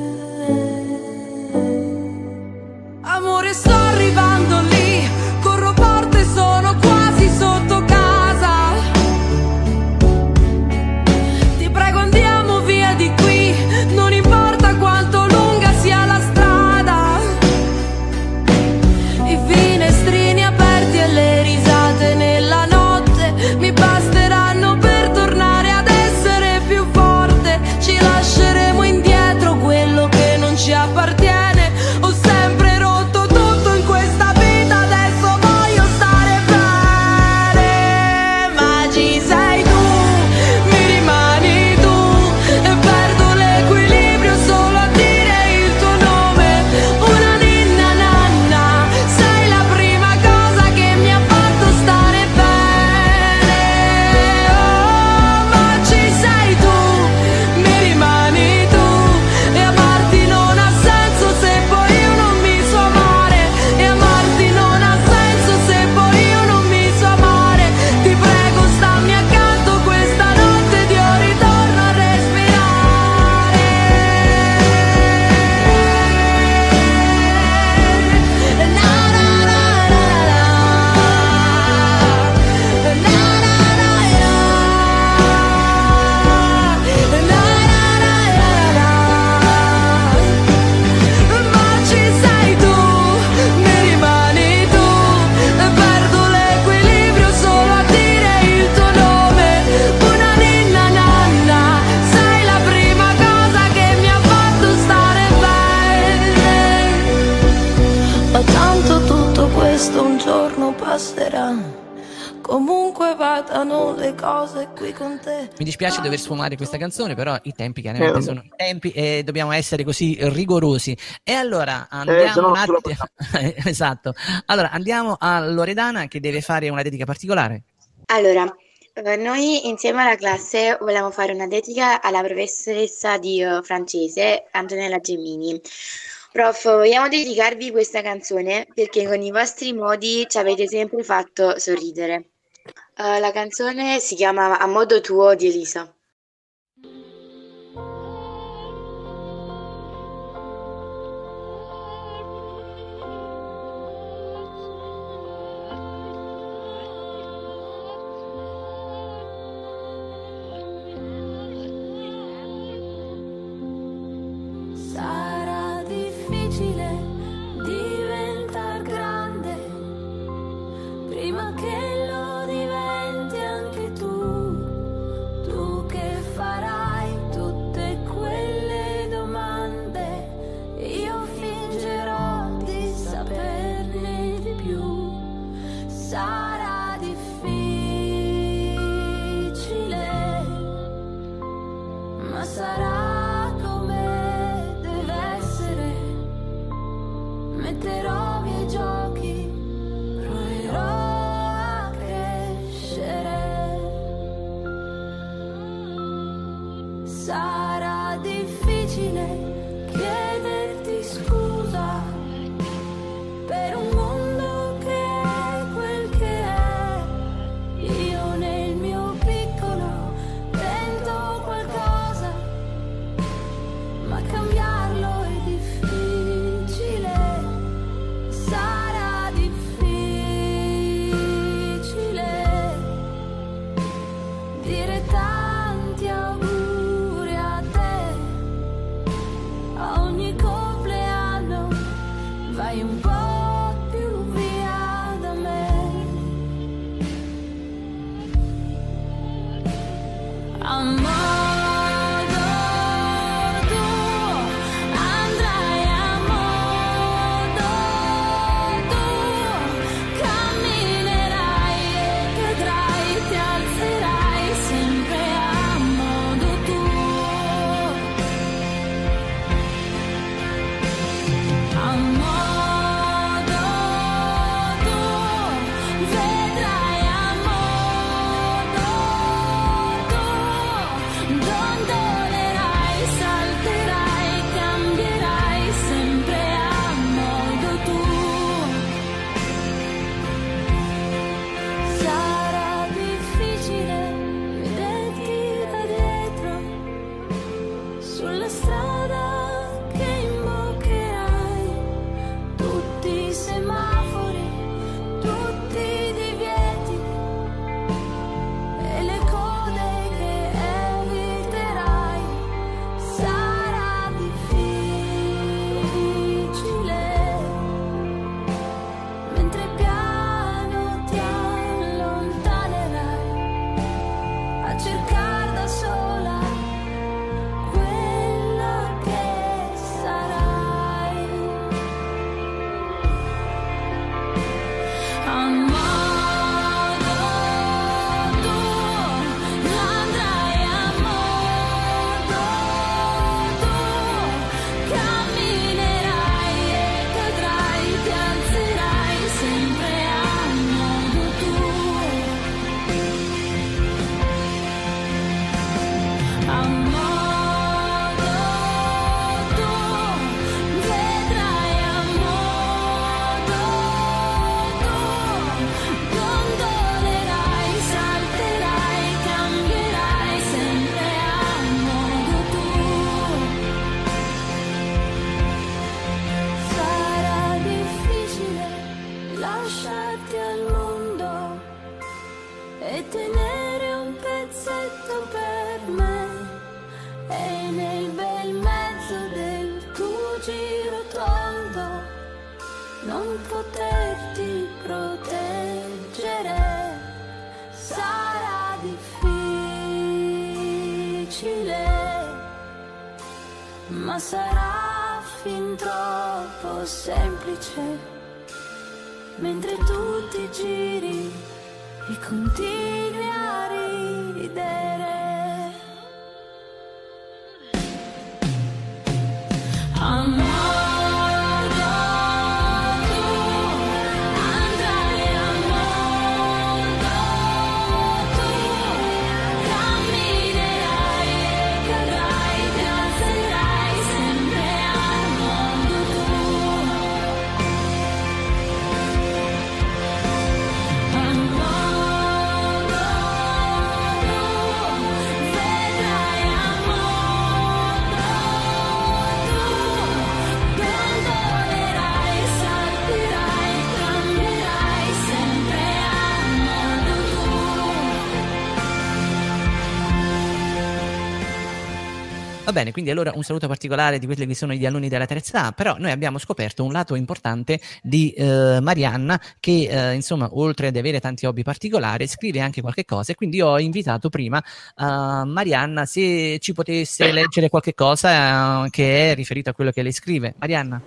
Amore, sto arrivando lì, corro forte, sono quasi sotto casa. Ti prego andiamo via di qui, non importa quanto lunga sia la strada. I finestrini aperti e le risate nella notte mi basteranno per tornare ad essere più forte. Ci lasceremo indietro quello che non ci appartiene. Ho sempre rotto tutto in questa vita, adesso voglio stare bene. Ma ci sei tu, mi rimani tu, e perdo l'equilibrio solo a dire il tuo nome. Una ninna nanna, sei la prima cosa che mi ha fatto stare bene. Un giorno passerà, comunque vadano le cose qui con te. Mi dispiace dover sfumare questa canzone, però i tempi chiaramente sono i tempi e dobbiamo essere così rigorosi. E allora andiamo eh, un attimo. Esatto. Allora andiamo a Loredana che deve fare una dedica particolare. Allora, noi insieme alla classe volevamo fare una dedica alla professoressa di uh, francese Antonella Gemini. Prof, vogliamo dedicarvi questa canzone perché con i vostri modi ci avete sempre fatto sorridere. Uh, la canzone si chiama A modo tuo di Elisa. Diventar grande prima che lo diventi anche tu, tu che vedrai a modo tu, dondolerai, salterai, cambierai sempre a modo tuo. Sarà difficile vederti da dietro sulla strada che imboccherai, tutti i semafori, tutti i divieti e le code che eviterai. Sarà difficile mentre piano ti allontanerai a cercare da sola quella che sarai. A modo tuo, andrai a modo tuo, camminerai e cadrai, ti alzerai sempre a modo tuo. A modo tuo, vedrai a modo tuo, gondolerai, salterai, cambierai sempre a modo tuo. Sarà difficile lasciarti al mondo e tenere un pezzetto per me, e nel bel mezzo del tuo giro tondo non poterti proteggere. Sarà difficile, ma sarà fin troppo semplice mentre tu ti giri e continui a ridere. A modo tuo, andrai a modo tuo, camminerai e cadrai, ti alzerai sempre a modo tuo. A modo tuo, vedrai a modo tuo, gondolerai, salterai, cambierai sempre a modo tuo. Va bene, quindi allora un saluto particolare di quelli che sono gli alunni della terza A, però noi abbiamo scoperto un lato importante di eh, Marianna che eh, insomma oltre ad avere tanti hobby particolari scrive anche qualche cosa, e quindi ho invitato prima eh, Marianna se ci potesse leggere qualche cosa eh, che è riferito a quello che lei scrive. Marianna.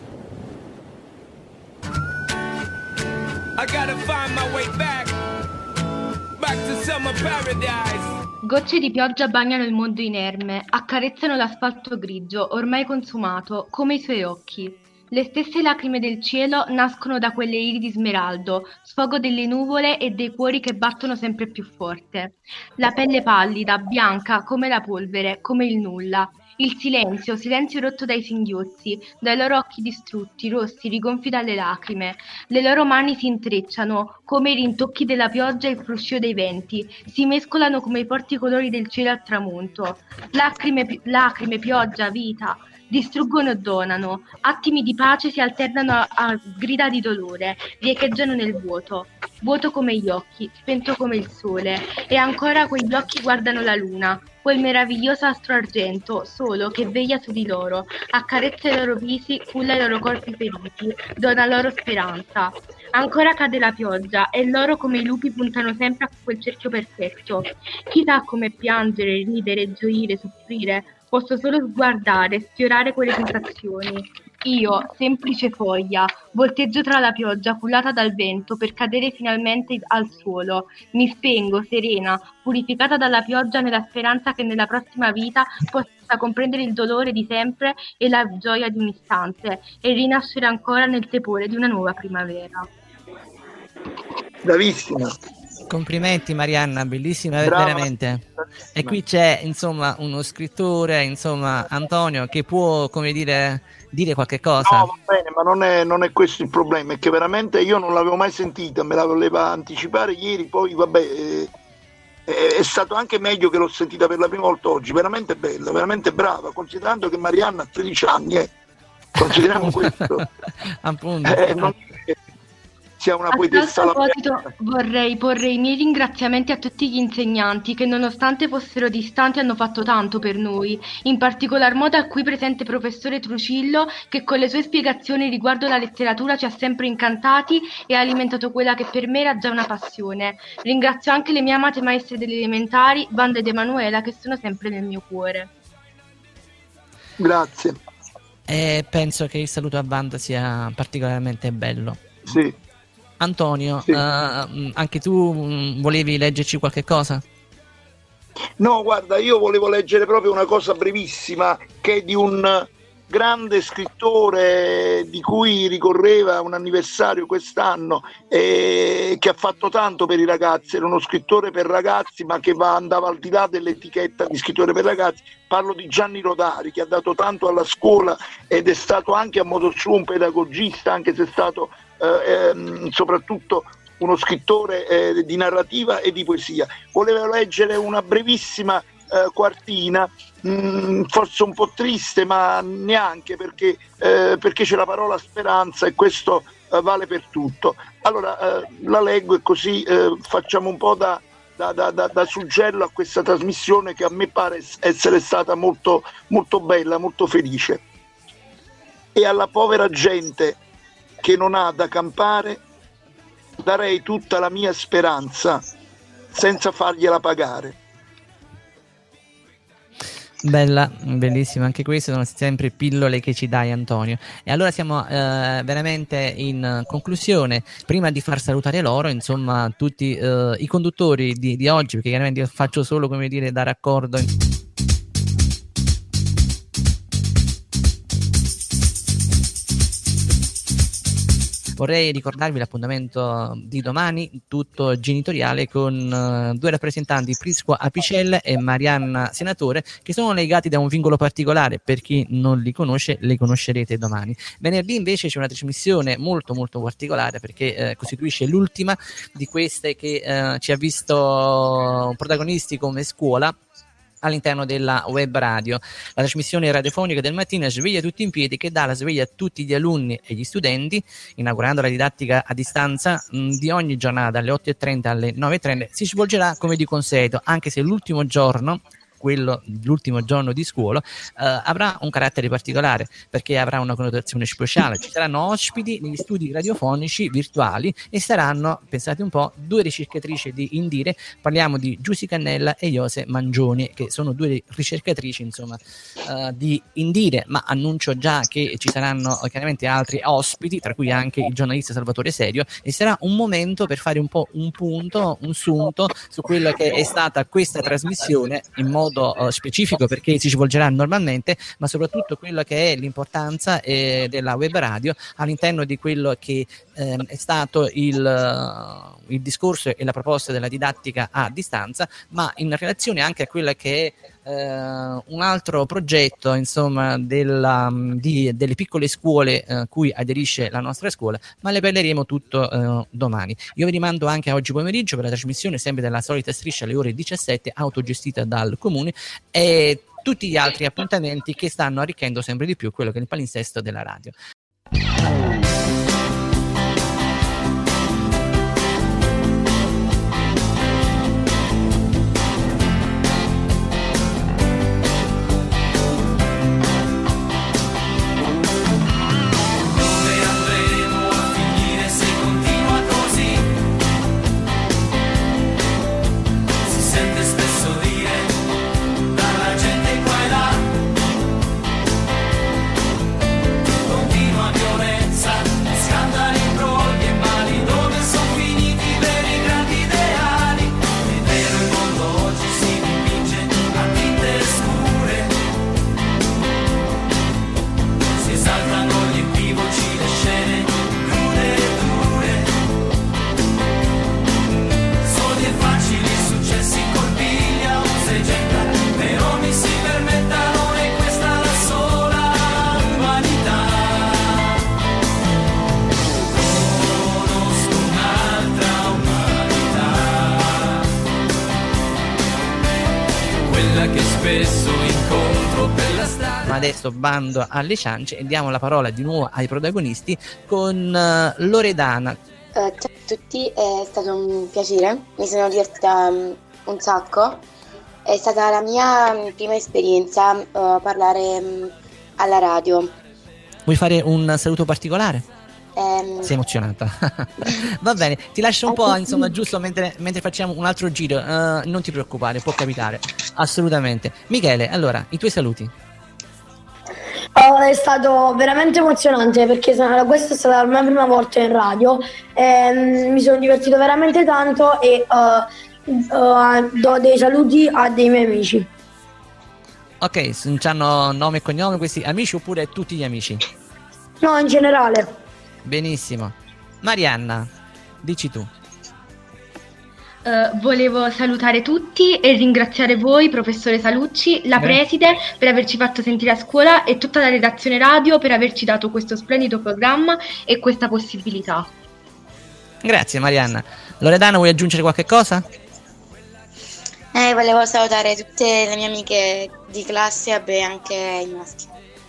I gotta find my way back, back to summer paradise. Gocce di pioggia bagnano il mondo inerme, accarezzano l'asfalto grigio, ormai consumato, come i suoi occhi. Le stesse lacrime del cielo nascono da quelle iri di smeraldo, sfogo delle nuvole e dei cuori che battono sempre più forte. La pelle pallida, bianca, come la polvere, come il nulla. Il silenzio, silenzio rotto dai singhiozzi, dai loro occhi distrutti, rossi, rigonfi dalle lacrime. Le loro mani si intrecciano, come i rintocchi della pioggia e il fruscio dei venti, si mescolano come i forti colori del cielo al tramonto. Lacrime, pi- lacrime, pioggia, vita, distruggono e donano. Attimi di pace si alternano a, a grida di dolore, riecheggiano nel vuoto. Vuoto come gli occhi, spento come il sole, e ancora quegli occhi guardano la luna, quel meraviglioso astro argento, solo, che veglia su di loro, accarezza i loro visi, culla i loro corpi feriti, dona loro speranza. Ancora cade la pioggia e loro come i lupi puntano sempre a quel cerchio perfetto. Chissà come piangere, ridere, gioire, soffrire. Posso solo sguardare, sfiorare quelle sensazioni. Io, semplice foglia, volteggio tra la pioggia cullata dal vento per cadere finalmente al suolo. Mi spengo, serena, purificata dalla pioggia, nella speranza che nella prossima vita possa comprendere il dolore di sempre e la gioia di un istante e rinascere ancora nel tepore di una nuova primavera. Bravissima. Complimenti Marianna, bellissima. Brava. Veramente. E qui c'è insomma uno scrittore, insomma Antonio, che può, come dire, dire qualche cosa. No, va bene, ma non è, non è questo il problema, è che veramente io non l'avevo mai sentita, me la voleva anticipare ieri, poi vabbè, eh, è, è stato anche meglio che l'ho sentita per la prima volta oggi, veramente bella, veramente brava, considerando che Marianna ha tredici anni, eh. Consideriamo questo. Appunto. Eh, non sia una A tal poetessa alla proposito vorrei porre i miei ringraziamenti a tutti gli insegnanti che nonostante fossero distanti hanno fatto tanto per noi, in particolar modo al qui presente professore Trucillo che con le sue spiegazioni riguardo la letteratura ci ha sempre incantati e ha alimentato quella che per me era già una passione. Ringrazio anche le mie amate maestre delle elementari, Wanda ed Emanuela, che sono sempre nel mio cuore. Grazie. E penso che il saluto a Wanda sia particolarmente bello. Sì. Antonio, Sì. uh, anche tu mh, volevi leggerci qualche cosa? No, guarda, io volevo leggere proprio una cosa brevissima che è di un grande scrittore di cui ricorreva un anniversario quest'anno e che ha fatto tanto per i ragazzi, era uno scrittore per ragazzi ma che va, andava al di là dell'etichetta di scrittore per ragazzi. Parlo di Gianni Rodari, che ha dato tanto alla scuola ed è stato anche a modo suo un pedagogista, anche se è stato eh, ehm, soprattutto uno scrittore eh, di narrativa e di poesia. Volevo leggere una brevissima eh, quartina, mh, forse un po' triste, ma neanche, perché, eh, perché c'è la parola speranza e questo eh, vale per tutto. Allora eh, la leggo e così eh, facciamo un po' da, da, da, da, da suggello a questa trasmissione che a me pare essere stata molto, molto bella, molto felice. E alla povera gente che non ha da campare darei tutta la mia speranza senza fargliela pagare. Bella, bellissima, anche queste sono sempre pillole che ci dai, Antonio. E allora siamo eh, veramente in conclusione. Prima di far salutare loro, insomma, tutti eh, i conduttori di, di oggi, perché chiaramente io faccio solo, come dire, da raccordo. Vorrei ricordarvi l'appuntamento di domani, tutto genitoriale, con uh, due rappresentanti, Prisco Apicella e Marianna Senatore, che sono legati da un vincolo particolare. Per chi non li conosce, li conoscerete domani. Venerdì invece c'è una trasmissione molto molto particolare, perché uh, costituisce l'ultima di queste che uh, ci ha visto protagonisti come scuola all'interno della web radio. La trasmissione radiofonica del mattino Sveglia tutti in piedi, che dà la sveglia a tutti gli alunni e gli studenti, inaugurando la didattica a distanza mh, di ogni giornata dalle otto e trenta alle nove e trenta. Si svolgerà come di consueto, anche se l'ultimo giorno, quello l'ultimo giorno di scuola, eh, avrà un carattere particolare, perché avrà una connotazione speciale. Ci saranno ospiti negli studi radiofonici virtuali e saranno, pensate un po', due ricercatrici di Indire. Parliamo di Giusy Cannella e Iose Mangioni, che sono due ricercatrici, insomma, eh, di Indire, ma annuncio già che ci saranno chiaramente altri ospiti, tra cui anche il giornalista Salvatore Serio, e sarà un momento per fare un po' un punto, un sunto su quello che è stata questa trasmissione in modo Uh, specifico, perché si svolgerà normalmente, ma soprattutto quello che è l'importanza eh, della web radio all'interno di quello che eh, è stato il, uh, il discorso e la proposta della didattica a distanza, ma in relazione anche a quella che è Uh, un altro progetto, insomma, della, di, delle piccole scuole a uh, cui aderisce la nostra scuola, ma le parleremo tutto uh, domani. Io vi rimando anche a oggi pomeriggio per la trasmissione sempre della solita striscia alle ore diciassette, autogestita dal comune, e tutti gli altri appuntamenti che stanno arricchendo sempre di più quello che è il palinsesto della radio. spesso incontro per la strada. Ma adesso bando alle ciance e diamo la parola di nuovo ai protagonisti con uh, Loredana. Uh, ciao a tutti, è stato un piacere, mi sono divertita um, un sacco, è stata la mia um, prima esperienza uh, parlare um, alla radio. Vuoi fare un saluto particolare? Um, Sei emozionata? Va bene, ti lascio un po', insomma, giusto mentre, mentre facciamo un altro giro. Uh, non ti preoccupare, può capitare, assolutamente. Michele, allora, i tuoi saluti. Oh, è stato veramente emozionante perché sono- questa è stata la mia prima volta in radio, ehm, mi sono divertito veramente tanto e eh, eh, do dei saluti a dei miei amici. Ok, s- c'hanno nome e cognome questi amici oppure tutti gli amici? No, in generale. Benissimo. Marianna, dici tu. Eh, volevo salutare tutti e ringraziare voi, professore Salucci, la Beh. preside per averci fatto sentire a scuola e tutta la redazione radio per averci dato questo splendido programma e questa possibilità. Grazie Marianna. Loredana, vuoi aggiungere qualche cosa? Eh, volevo salutare tutte le mie amiche di classe e anche i maschi.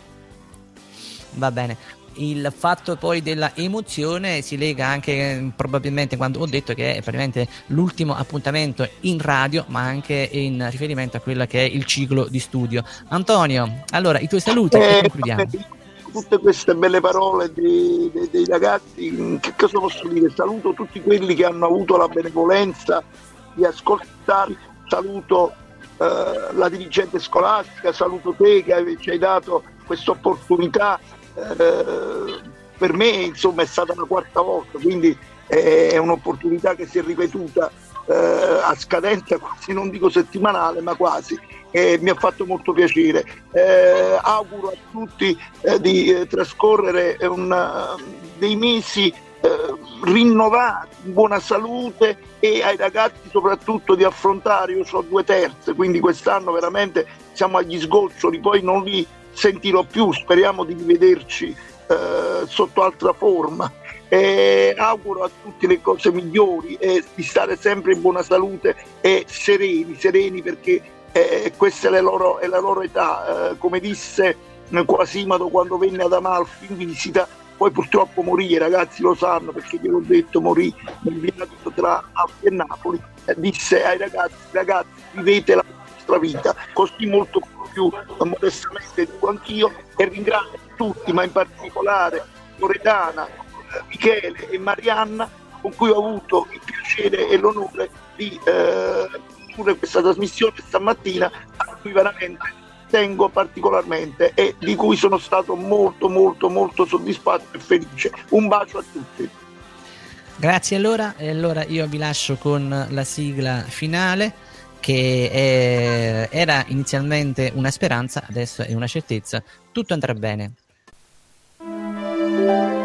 Va bene. Il fatto poi della emozione si lega anche eh, probabilmente quando ho detto che è praticamente l'ultimo appuntamento in radio, ma anche in riferimento a quello che è il ciclo di studio. Antonio, allora i tuoi saluti e Eh, concludiamo. Tutte queste belle parole dei, dei- dei ragazzi, che cosa posso dire? Saluto tutti quelli che hanno avuto la benevolenza di ascoltarmi, saluto eh, la dirigente scolastica, saluto te che hai- ci hai dato questa opportunità. Eh, per me insomma è stata la quarta volta, quindi è, è un'opportunità che si è ripetuta eh, a scadenza quasi, non dico settimanale, ma quasi, e mi ha fatto molto piacere. Eh, auguro a tutti eh, di eh, trascorrere un, dei mesi eh, rinnovati, in buona salute, e ai ragazzi soprattutto di affrontare, io ho due terze, quindi quest'anno veramente siamo agli sgoccioli, poi non li sentirò più, speriamo di rivederci eh, sotto altra forma. E auguro a tutti le cose migliori e di stare sempre in buona salute e sereni, sereni perché eh, questa è la loro, è la loro età. Eh, come disse Quasimodo quando venne ad Amalfi in visita, poi purtroppo morì, i ragazzi lo sanno perché gliel'ho detto, morì nel viaggio tra Alpi e Napoli, eh, disse ai ragazzi, ragazzi vivete la vostra vita, così molto più modestamente dico anch'io, e ringrazio tutti, ma in particolare Loredana, eh, Michele e Marianna, con cui ho avuto il piacere e l'onore di eh, condurre questa trasmissione stamattina, a cui veramente tengo particolarmente e di cui sono stato molto molto molto soddisfatto e felice. Un bacio a tutti. Grazie allora, e allora io vi lascio con la sigla finale che è- era inizialmente una speranza, adesso è una certezza, tutto andrà bene.